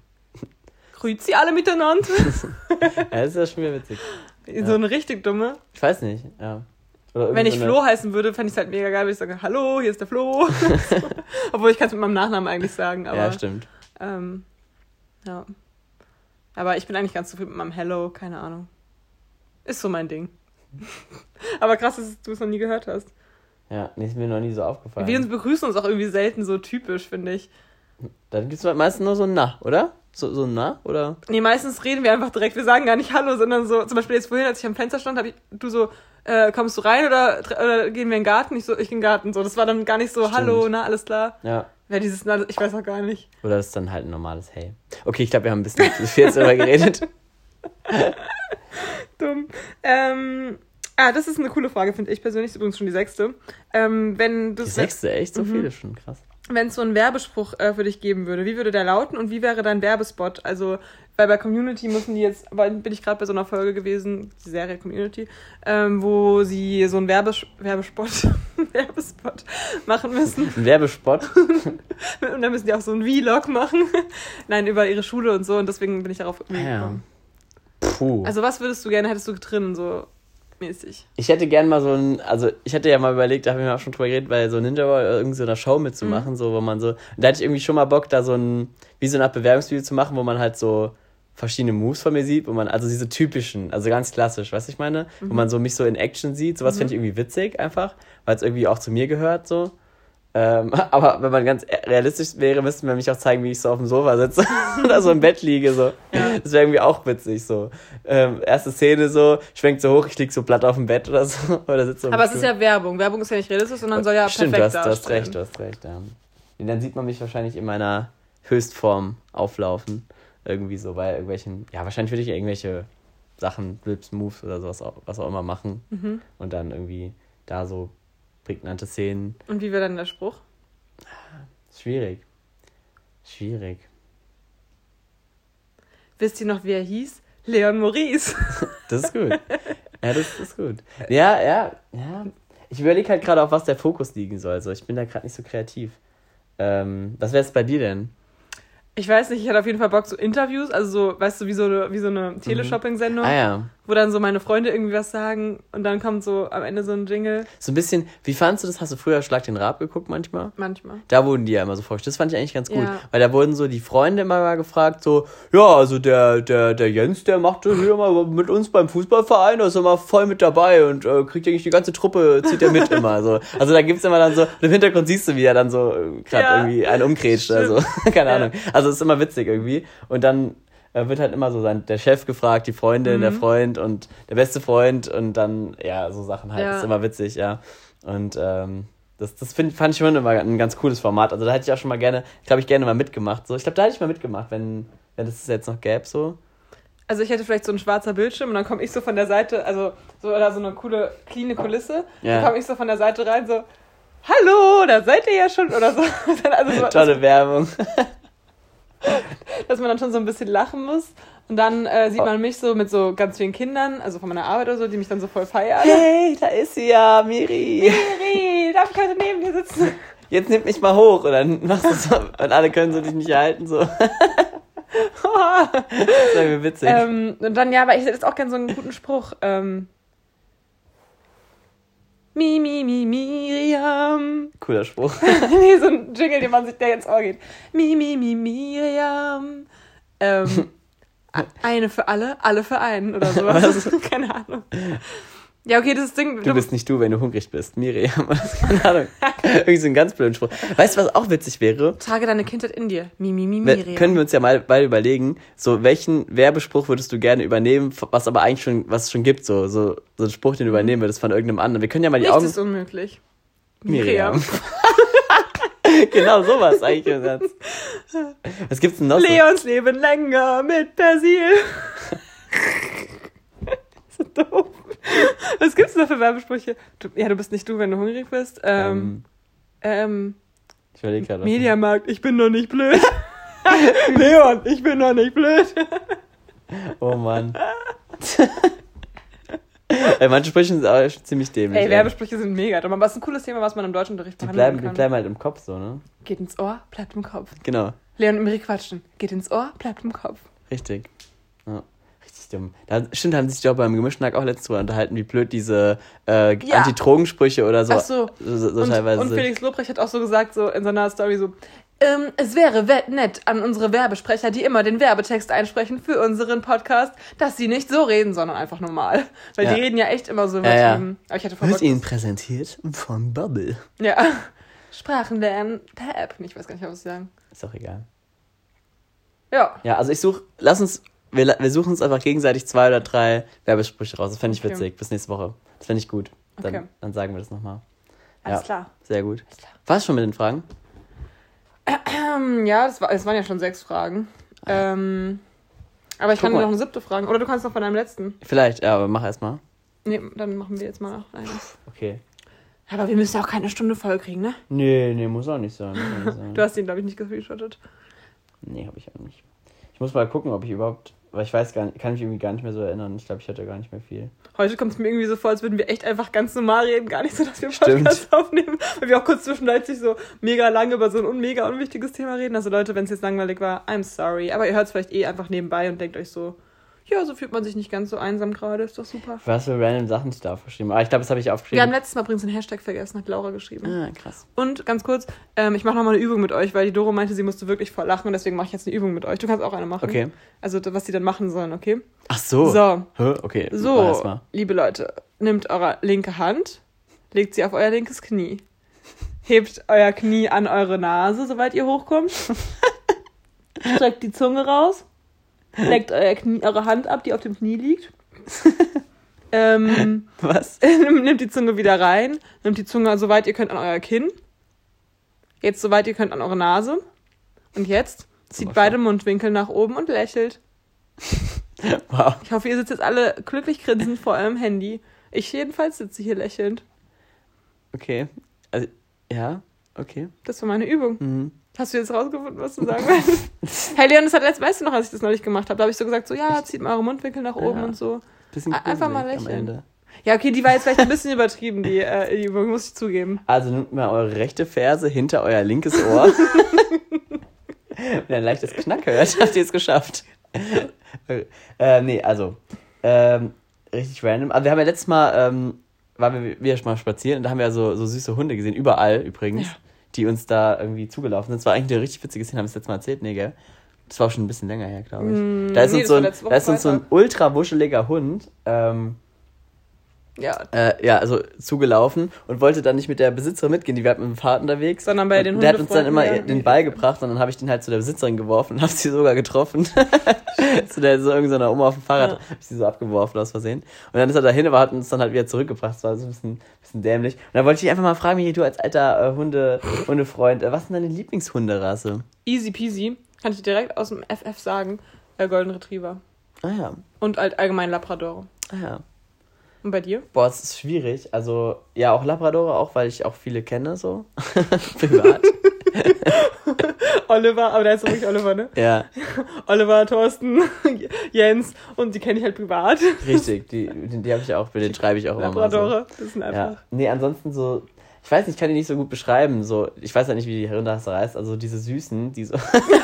Grüezi alle miteinander. Ja, das ist ja schon wieder witzig. So ja. eine richtig dumme. Ich weiß nicht, ja. Oder wenn ich so Flo eine... heißen würde, fände ich es halt mega geil, wenn ich sage, hallo, hier ist der Flo. So. Obwohl ich kann es mit meinem Nachnamen eigentlich sagen. Aber, ja, stimmt. Ähm, ja. Aber ich bin eigentlich ganz zufrieden mit meinem Hello, keine Ahnung. Ist so mein Ding. Aber krass, dass du es noch nie gehört hast. Ja, nee, ist mir noch nie so aufgefallen. Wir uns begrüßen uns auch irgendwie selten so typisch, finde ich. Dann gibt es meistens nur so ein Na, oder? So, so ein Na, oder? Nee, meistens reden wir einfach direkt. Wir sagen gar nicht Hallo, sondern so, zum Beispiel jetzt vorhin, als ich am Fenster stand, hab ich, du so, äh, kommst du rein oder, oder gehen wir in den Garten? Ich so, ich in den Garten. So, das war dann gar nicht so, Stimmt. Hallo, na, alles klar. Ja. Ja, dieses Na, ich weiß auch gar nicht. Oder ist dann halt ein normales Hey. Okay, ich glaube, wir haben ein bisschen zu viel jetzt darüber geredet. Dumm. Ähm, ah, das ist eine coole Frage, finde ich persönlich. Das ist übrigens schon die sechste. Ähm, wenn die sechste, echt? So mhm. viele schon, krass. Wenn es so einen Werbespruch äh, für dich geben würde, wie würde der lauten und wie wäre dein Werbespot? Also, weil bei Community müssen die jetzt, aber bin ich gerade bei so einer Folge gewesen, die Serie Community, ähm, wo sie so einen Werbes- Werbespot, Werbespot machen müssen. Ein Werbespot? Und dann müssen die auch so einen Vlog machen. Nein, über ihre Schule und so und deswegen bin ich darauf irgendwie ja. gekommen. Puh. Also, was würdest du gerne, hättest du drin, so mäßig? Ich hätte gern mal so ein, also ich hätte ja mal überlegt, da haben wir auch schon drüber geredet, bei so Ninja Warrior irgend so einer Show mitzumachen, mhm. so, wo man so, da hätte ich irgendwie schon mal Bock, da so ein, wie so eine Art Bewerbungsvideo zu machen, wo man halt so verschiedene Moves von mir sieht, wo man, also diese typischen, also ganz klassisch, weißt du, ich meine, mhm. wo man so mich so in Action sieht, sowas mhm. finde ich irgendwie witzig einfach, weil es irgendwie auch zu mir gehört, so. Ähm, aber wenn man ganz realistisch wäre, müssten wir mich auch zeigen, wie ich so auf dem Sofa sitze oder so im Bett liege. So. Ja. Das wäre irgendwie auch witzig. So. Ähm, erste Szene so, schwenkt so hoch, ich liege so platt auf dem Bett oder so. Oder sitze so aber es Stuhl. Ist ja Werbung. Werbung ist ja nicht realistisch, sondern soll ja Stimmt, perfekt du hast, du hast recht, du hast recht. Ja. Und dann sieht man mich wahrscheinlich in meiner Höchstform auflaufen. Irgendwie so bei irgendwelchen, ja, wahrscheinlich würde ich irgendwelche Sachen, Flips, Moves oder sowas, was auch immer machen. Mhm. Und dann irgendwie da so prägnante Szenen. Und wie wäre dann der Spruch? Schwierig. Schwierig. Wisst ihr noch, wie er hieß? Leon Maurice. Das ist gut. Ja, das ist gut. Ja, ja, ja. Ich überlege halt gerade, auf was der Fokus liegen soll. Also ich bin da gerade nicht so kreativ. Ähm, was wäre es bei dir denn? Ich weiß nicht, ich hatte auf jeden Fall Bock, so Interviews, also so, weißt du, wie so eine, wie so eine Teleshopping-Sendung, ah, ja. wo dann so meine Freunde irgendwie was sagen und dann kommt so am Ende so ein Jingle. So ein bisschen, wie fandst du das? Hast du früher Schlag den Raab geguckt manchmal? Manchmal. Da wurden die ja immer so vorgestellt. Das fand ich eigentlich ganz gut, Ja. weil da wurden so die Freunde immer mal gefragt, so, ja, also der, der, der Jens, der macht das hier mal mit uns beim Fußballverein, da ist er mal voll mit dabei und äh, kriegt eigentlich die ganze Truppe, zieht er mit immer. So. Also da gibt's immer dann so, im Hintergrund siehst du, wie er dann so gerade Ja. irgendwie einen umgrätscht oder so. Keine Ja. Ahnung. Also es ist immer witzig irgendwie. Und dann äh, wird halt immer so sein, der Chef gefragt, die Freundin, Mhm. der Freund und der beste Freund und dann, ja, so Sachen halt. Ja. Das ist immer witzig, ja. Und ähm, das, das find, fand ich schon immer ein ganz cooles Format. Also da hätte ich auch schon mal gerne, glaube ich, gerne mal mitgemacht. So, ich glaube, da hätte ich mal mitgemacht, wenn, wenn das jetzt noch gäbe, so. Also ich hätte vielleicht so ein schwarzer Bildschirm und dann komme ich so von der Seite, also so oder so eine coole, cleane Kulisse. Ja. Dann komme ich so von der Seite rein, so, hallo, da seid ihr ja schon oder so. Also so Tolle Werbung. dass man dann schon so ein bisschen lachen muss. Und dann äh, sieht man mich so mit so ganz vielen Kindern, also von meiner Arbeit oder so, die mich dann so voll feiern. Hey, da ist sie ja, Miri. Miri, darf ich heute neben dir sitzen? Jetzt nimm mich mal hoch. Und dann machst du so, und alle können so dich nicht halten, so. Das wäre mir witzig. ähm, und dann, ja, aber ich hätte jetzt auch gerne so einen guten Spruch. Ähm, Mi, mi, mi, Miriam. Cooler Spruch. Nee, so ein Jingle, den man sich der ins Ohr geht. Mi, mi, mi, Miriam. Ähm, eine für alle, alle für einen oder sowas. Keine Ahnung. Ja, okay, das ist das Ding. Du bist nicht du, wenn du hungrig bist. Miriam. Keine Ahnung. Irgendwie so ein ganz blöden Spruch. Weißt du, was auch witzig wäre? Trage deine Kindheit in dir. Mi, mi, mi, Wir- Miriam. Können wir uns ja mal beide überlegen, so welchen Werbespruch würdest du gerne übernehmen, was aber eigentlich schon, was es schon gibt, so, so, so ein Spruch, den du übernehmen würdest von irgendeinem anderen. Wir können ja mal die Nichts Augen... ist unmöglich. Miriam. Genau, sowas eigentlich im Satz. Was gibt's denn noch so? Leons Leben länger mit Persil. So doof. Was gibt's noch für Werbesprüche? Du, ja, du bist nicht du, wenn du hungrig bist. Ähm, ähm, Ich überlege gerade. Mediamarkt, ich bin doch nicht blöd. Leon, ich bin doch nicht blöd. Oh Mann. Ey, manche Sprüche sind auch schon ziemlich dämlich. Ey, Werbesprüche sind mega. Aber das ist ein cooles Thema, was man im Deutschunterricht Die behandeln bleiben, die kann. bleiben halt im Kopf so, ne? Geht ins Ohr, bleibt im Kopf. Genau, Leon und Miri quatschen. Geht ins Ohr, bleibt im Kopf. richtig. Ja. Richtig dumm. Da, stimmt, haben sie sich doch beim gemischten Hack auch letztens drüber unterhalten, wie blöd diese äh, Ja. Anti-Drogensprüche oder so, Ach so. so, so, so und, teilweise und sind. Felix Lobrecht hat auch so gesagt, so in seiner Story so, ähm, es wäre we- nett an unsere Werbesprecher, die immer den Werbetext einsprechen für unseren Podcast, dass sie nicht so reden, sondern einfach normal. Weil Ja. die reden ja echt immer so Ja, ja. übertrieben. Aber ich hatte voll Wird Bock, Ihnen das- präsentiert von Bubble. Ja. Sprachen lernen per App. Ich weiß gar nicht, was sie sagen. Ist doch egal. Ja. Ja, also ich suche, lass uns, wir, wir suchen uns einfach gegenseitig zwei oder drei Werbesprüche raus. Das fände ich Okay. witzig. Bis nächste Woche. Das fände ich gut. Dann, Okay. dann sagen wir das nochmal. Alles Ja. klar. Sehr gut. Alles klar. War's schon mit den Fragen? Ähm, ja, das, war, das waren ja schon sechs Fragen. Ähm, aber ich Guck kann dir mal. noch eine siebte fragen. Oder du kannst noch von deinem letzten. Vielleicht, ja, aber mach erst mal. Nee, dann machen wir jetzt mal noch eine. Okay. Aber wir müssen ja auch keine Stunde voll kriegen, ne? Nee, nee, muss auch nicht sein. Muss auch nicht sein. Du hast ihn, glaube ich, nicht gescreenshottet. Nee, habe ich auch nicht. Ich muss mal gucken, ob ich überhaupt, weil ich weiß gar nicht, kann mich irgendwie gar nicht mehr so erinnern. Ich glaube, ich hatte gar nicht mehr viel. Heute kommt es mir irgendwie so vor, als würden wir echt einfach ganz normal reden. Gar nicht so, dass wir einen Stimmt. Podcast aufnehmen. Weil wir auch kurz zwischendurch so mega lange über so ein un mega unwichtiges Thema reden. Also Leute, wenn es jetzt langweilig war, I'm sorry. Aber ihr hört es vielleicht eh einfach nebenbei und denkt euch so, ja, so fühlt man sich nicht ganz so einsam gerade. Ist doch super. Was für random Sachen ich da aufgeschrieben. Ah, ich glaube, das habe ich aufgeschrieben. Wir haben letztes Mal übrigens den Hashtag vergessen, hat Laura geschrieben. Ah, krass. Und ganz kurz, ähm, ich mache nochmal eine Übung mit euch, weil die Doro meinte, sie musste wirklich voll lachen und deswegen mache ich jetzt eine Übung mit euch. Du kannst auch eine machen. Okay. Also was die dann machen sollen, okay? Ach so. So. Hä? Okay. Mach So, erst mal. liebe Leute, nehmt eure linke Hand, legt sie auf euer linkes Knie. Hebt euer Knie an eure Nase, soweit ihr hochkommt. Streckt die Zunge raus. Leckt euer Knie, eure Hand ab, die auf dem Knie liegt. ähm, Was? Nehmt die Zunge wieder rein. Nehmt die Zunge, soweit ihr könnt, an euer Kinn. Jetzt, soweit ihr könnt, an eure Nase. Und jetzt zieht Aber beide Mundwinkel nach oben und lächelt. Wow. Ich hoffe, ihr sitzt jetzt alle glücklich grinsend vor eurem Handy. Ich jedenfalls sitze hier lächelnd. Okay. Also, ja, okay. Das war meine Übung. Mhm. Hast du jetzt rausgefunden, was du sagen willst? Hey Leon, das hat letztes, weißt du noch, als ich das neulich gemacht habe, da habe ich so gesagt, so ja, zieht mal eure Mundwinkel nach oben ja. und so. Bisschen einfach mal lächeln. Ja, okay, die war jetzt vielleicht ein bisschen übertrieben, die, äh, die muss ich zugeben. Also nehmt mal eure rechte Ferse hinter euer linkes Ohr. Wenn ihr ein leichtes Knack hört, habt ihr es geschafft. äh, nee, also, ähm, richtig random. Also wir haben ja letztes Mal, ähm, waren wir wieder mal spazieren und da haben wir ja so, so süße Hunde gesehen, überall übrigens, ja. die uns da irgendwie zugelaufen sind. Das war eigentlich eine richtig witzige Szene, haben wir das letzte Mal erzählt, nee, gell? Das war auch schon ein bisschen länger her, glaube ich. Mm, da ist, nee, uns, so ein, da ist uns so ein ultra wuscheliger Hund, ähm, Ja. Äh, ja, also zugelaufen und wollte dann nicht mit der Besitzerin mitgehen, die wir hatten mit dem Fahrrad unterwegs. Sondern bei den Hundefreunden. Der hat uns dann immer ja, den Ball gebracht und dann habe ich den halt zu der Besitzerin geworfen und habe sie sogar getroffen. zu der so irgendeiner Oma auf dem Fahrrad ja. habe ich sie so abgeworfen aus Versehen. Und dann ist er dahin, aber hat uns dann halt wieder zurückgebracht. Das war so ein bisschen, bisschen dämlich. Und dann wollte ich dich einfach mal fragen, wie du als alter äh, Hunde, Hundefreund, äh, was ist denn deine Lieblingshunderasse? Easy peasy. Kann ich dir direkt aus dem F F sagen. Äh, Golden Retriever. Ah ja. Und halt allgemein Labrador. Ah ja. Und bei dir? Boah, es ist schwierig. Also, ja, auch Labradore, auch weil ich auch viele kenne, so. Privat. Oliver, aber der ist wirklich Oliver, ne? Ja. Oliver, Thorsten, Jens und die kenne ich halt privat. Richtig, die, die, die habe ich auch, mit denen schreibe ich auch immer mal so. Labradore, das sind einfach... Ja. Nee, ansonsten so, ich weiß nicht, ich kann die nicht so gut beschreiben, so, ich weiß ja nicht, wie die Hundehasse heißt, also diese Süßen, die so...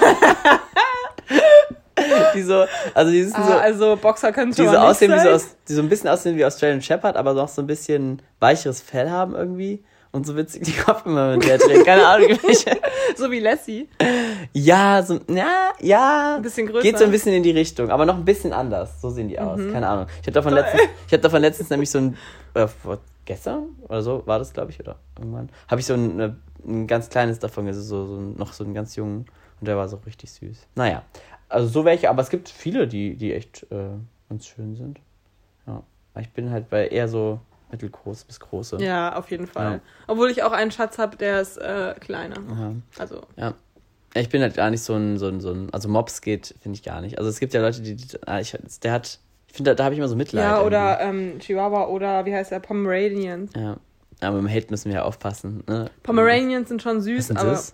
die so, also die sind ah, so... Also Boxer können schon die so mal aussehen nicht wie sein. so aus, die so ein bisschen aussehen wie Australian Shepherd, aber noch so ein bisschen weicheres Fell haben irgendwie. Und so witzig die Kopf immer mit der trägt. Keine Ahnung, welche. So wie Lassie. Ja, so, ja, ja. Ein bisschen größer. Geht so ein bisschen in die Richtung, aber noch ein bisschen anders. So sehen die aus. Mhm. Keine Ahnung. Ich hatte davon letztens, ich hatte davon letztens nämlich so ein, äh, gestern oder so, war das, glaube ich, oder irgendwann, habe ich so ein, ein ganz kleines davon, also so, so noch so einen ganz jungen, und der war so richtig süß. Naja, also so welche, aber es gibt viele, die, die echt äh, ganz schön sind. Ja. Ich bin halt bei eher so mittelgroß bis große. Ja, auf jeden Fall. Ja. Obwohl ich auch einen Schatz habe, der ist äh, kleiner. Aha. Also. Ja. Ich bin halt gar nicht so ein, so ein, so ein, also Mops geht, finde ich gar nicht. Also es gibt ja Leute, die, die ich, der hat, ich finde, da, da habe ich immer so Mitleid. Ja, oder ähm, Chihuahua oder wie heißt der, Pomeranian. Ja, aber im Hate müssen wir ja aufpassen. Ne? Pomeranians sind schon süß, aber... Das?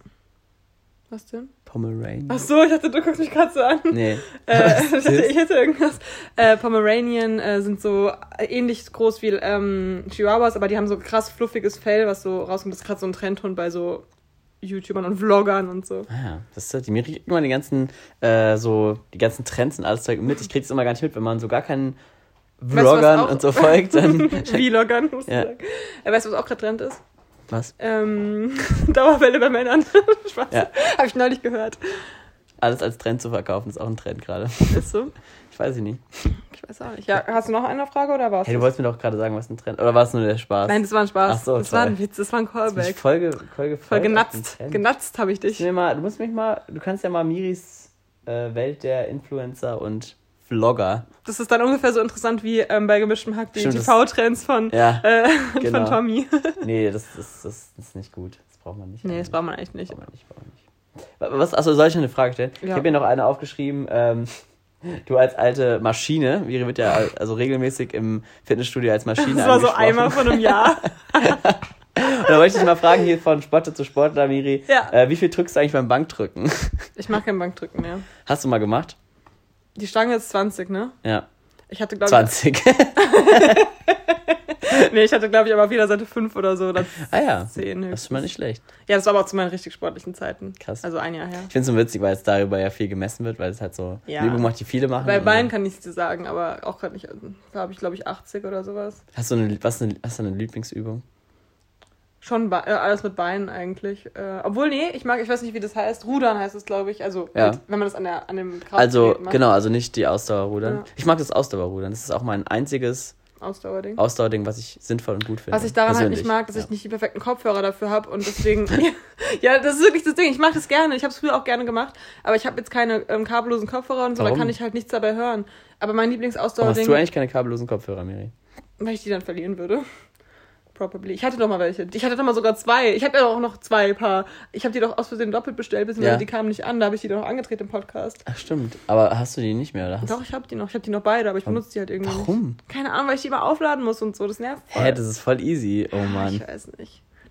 Was denn? Pomeranian. Ach so, ich dachte, du guckst mich gerade so an. Nee. Äh, ich, dachte, ich hätte irgendwas. Äh, Pomeranian äh, sind so ähnlich groß wie ähm, Chihuahuas, aber die haben so krass fluffiges Fell, was so rauskommt. Das ist gerade so ein Trendhund bei so YouTubern und Vloggern und so. Ah ja, das ist, die mir kriegt immer die ganzen, äh, so, die ganzen Trends und alles Zeug mit. Ich krieg's immer gar nicht mit, wenn man so gar keinen Vloggern weißt du, und so folgt, dann... Vloggern, musst ja. du sagen. Äh, weißt du, was auch gerade Trend ist? Was? Ähm, Dauerwelle bei Männern. Spaß. Ja. Habe ich neulich gehört. Alles als Trend zu verkaufen, ist auch ein Trend gerade. Ist so? Ich weiß es nicht. Ich weiß auch nicht. Ja, hast du noch eine Frage oder was? Hey, du wolltest mir doch gerade sagen, was ein Trend... Oder war es nur der Spaß? Nein, das war ein Spaß. Ach so, das toll. War ein Witz, das war ein Callback. Voll, ge, voll, ge, voll genatzt. Genatzt habe ich dich. Du, mal, du musst mich mal... Du kannst ja mal Miris äh, Welt der Influencer und Vlogger... Das ist dann ungefähr so interessant wie ähm, bei Gemischtem Hack die T V-Trends von, ja, äh, genau. von Tommy. Nee, das, das, das, das ist nicht gut. Das braucht man nicht. Nee, das braucht man eigentlich nicht. Braucht man nicht, braucht man nicht. Was, achso, soll ich noch eine Frage stellen? Ja. Ich habe hier noch eine aufgeschrieben. Ähm, du als alte Maschine, Miri wird ja also regelmäßig im Fitnessstudio als Maschine Das war so einmal von einem Jahr. Und da wollte ich dich mal fragen, hier von Sportler zu Sportler, Miri. Ja. Äh, wie viel drückst du eigentlich beim Bankdrücken? Ich mache kein Bankdrücken mehr. Hast du mal gemacht? Die Stange ist zwanzig, ne? Ja. Ich hatte, glaube zwanzig. Nee, ich hatte, glaube ich, aber auf jeder Seite fünf oder so. Oder ah ja, zehn höchstens. Das ist schon mal nicht schlecht. Ja, das war aber auch zu meinen richtig sportlichen Zeiten. Krass. Also ein Jahr her. Ich finde es so witzig, weil es darüber ja viel gemessen wird, weil es halt so ja. eine Übung macht, die viele machen. Bei Beinen kann ich es dir sagen, aber auch gerade nicht. Da habe ich, glaube ich, achtzig oder sowas. Hast du eine, was eine, hast du eine Lieblingsübung? Schon äh, alles mit Beinen eigentlich. Äh, obwohl, nee, ich mag, ich weiß nicht, wie das heißt. Rudern heißt es, glaube ich. Also, ja. halt, wenn man das an, der, an dem Kraftgerät Also, macht. genau, also nicht die Ausdauerrudern. Ja. Ich mag das Ausdauerrudern. Das ist auch mein einziges Ausdauerding. Ausdauerding, was ich sinnvoll und gut finde. Was ich daran persönlich. halt nicht mag, dass ja. ich nicht die perfekten Kopfhörer dafür habe und deswegen... ja, das ist wirklich das Ding. Ich mache das gerne. Ich habe es früher auch gerne gemacht, aber ich habe jetzt keine ähm, kabellosen Kopfhörer und so, Warum? da kann ich halt nichts dabei hören. Aber mein Warum Lieblingsausdauerding... hast du eigentlich keine kabellosen Kopfhörer, Miri? Weil ich die dann verlieren würde. Probably. Ich hatte doch mal welche. Ich hatte doch mal sogar zwei. Ich habe ja auch noch zwei Paar. Ich habe die doch aus Versehen doppelt bestellt, beziehungsweise ja. die kamen nicht an. Da habe ich die doch noch angetreten im Podcast. Ach stimmt. Aber hast du die nicht mehr, oder? Hast doch, ich habe die noch. Ich habe die noch beide, aber ich benutze die halt irgendwie Warum? nicht. Keine Ahnung, weil ich die immer aufladen muss und so. Das nervt voll. Hä, das ist voll easy. Oh Mann. Ich weiß nicht.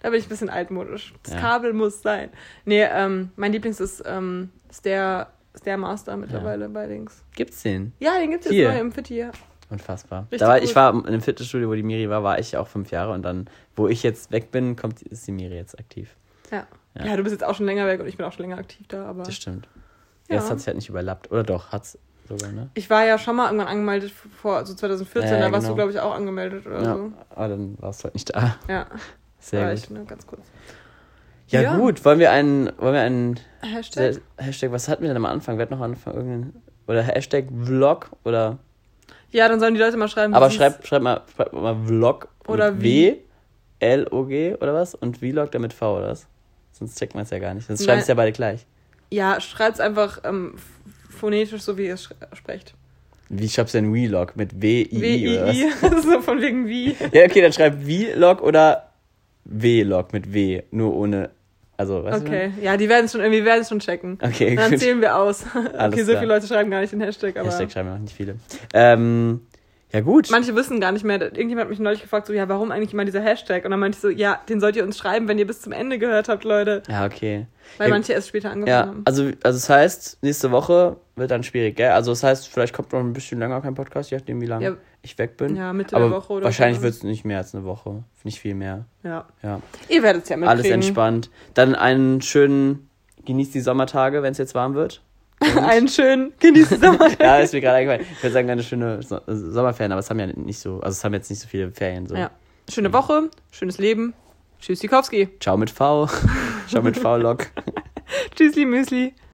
Da bin ich ein bisschen altmodisch. Das Ja. Kabel muss sein. Nee, ähm, mein Lieblings ist ähm, Stair, Stairmaster mittlerweile Ja. bei Dings. Gibt's den? Ja, den gibt es Hier. neu im Fitti, ja. Unfassbar. Richtig Da war, gut. ich war in einem Fitnessstudio, wo die Miri war, war ich auch fünf Jahre und dann, wo ich jetzt weg bin, kommt, ist die Miri jetzt aktiv. ja. Ja. Ja, du bist jetzt auch schon länger weg und ich bin auch schon länger aktiv da, aber... Das stimmt. Ja. Ja. Das hat sich halt nicht überlappt. Oder doch, hat's sogar, ne? Ich war ja schon mal irgendwann angemeldet, vor so zwanzig vierzehn, Ja, da warst genau. du, glaube ich, auch angemeldet oder Ja, so. aber dann warst du halt nicht da. Ja, Sehr war gut. ich, ne, ganz kurz. Ja, Ja. gut, wollen wir einen, wollen wir einen Hashtag? Hashtag, was hatten wir denn am Anfang? Wir hatten noch am Anfang irgendeinen, oder Hashtag Vlog oder, Ja, dann sollen die Leute mal schreiben, wie aber sie's- schreib, schreib mal, schreib mal Vlog Oder mit wie. W, L O G oder was? Und Vlog dann mit V oder was? Sonst checkt man es ja gar nicht. Sonst Nein. schreiben es ja beide gleich. Ja, schreibt's einfach ähm, phonetisch, so wie ihr es sch- sprecht. Wie schreibst du denn Vlog? Mit W I I oder was? W I I, so von wegen wie. Ja, okay, dann schreib Vlog oder Vlog mit W, nur ohne, also, weißt Okay, ja, die werden es schon irgendwie werden es schon checken. du? Okay, Dann gut. zählen wir aus. Alles Okay, so klar. viele Leute schreiben gar nicht den Hashtag, aber Hashtag schreiben noch nicht viele. Ähm, ja gut. manche wissen gar nicht mehr. Irgendjemand hat mich neulich gefragt, so, ja, warum eigentlich immer dieser Hashtag? Und dann meinte ich so, ja, den sollt ihr uns schreiben, wenn ihr bis zum Ende gehört habt, Leute. Ja, okay. Weil Ja, manche erst später angefangen Ja, haben. also, also das heißt, nächste Woche wird dann schwierig, gell? Also das heißt, vielleicht kommt noch ein bisschen länger kein Podcast, je nachdem, wie lange Ja. ich weg bin. Ja, Mitte Aber der Woche oder wahrscheinlich so. wird es nicht mehr als eine Woche. Nicht viel mehr. Ja. Ja. Ihr werdet es ja mitkriegen. Alles entspannt. Dann einen schönen, genießt die Sommertage, wenn es jetzt warm wird. Einen schönen genießen Sommer. Ja, ist mir gerade eingefallen. Ich würde sagen, eine schöne so Sommerferien, aber es haben ja nicht so, also es haben jetzt nicht so viele Ferien. So. Ja. Schöne Woche, schönes Leben. Tschüss, Sikowski. Ciao mit V. Ciao mit V-Log. Tschüssli, Müsli.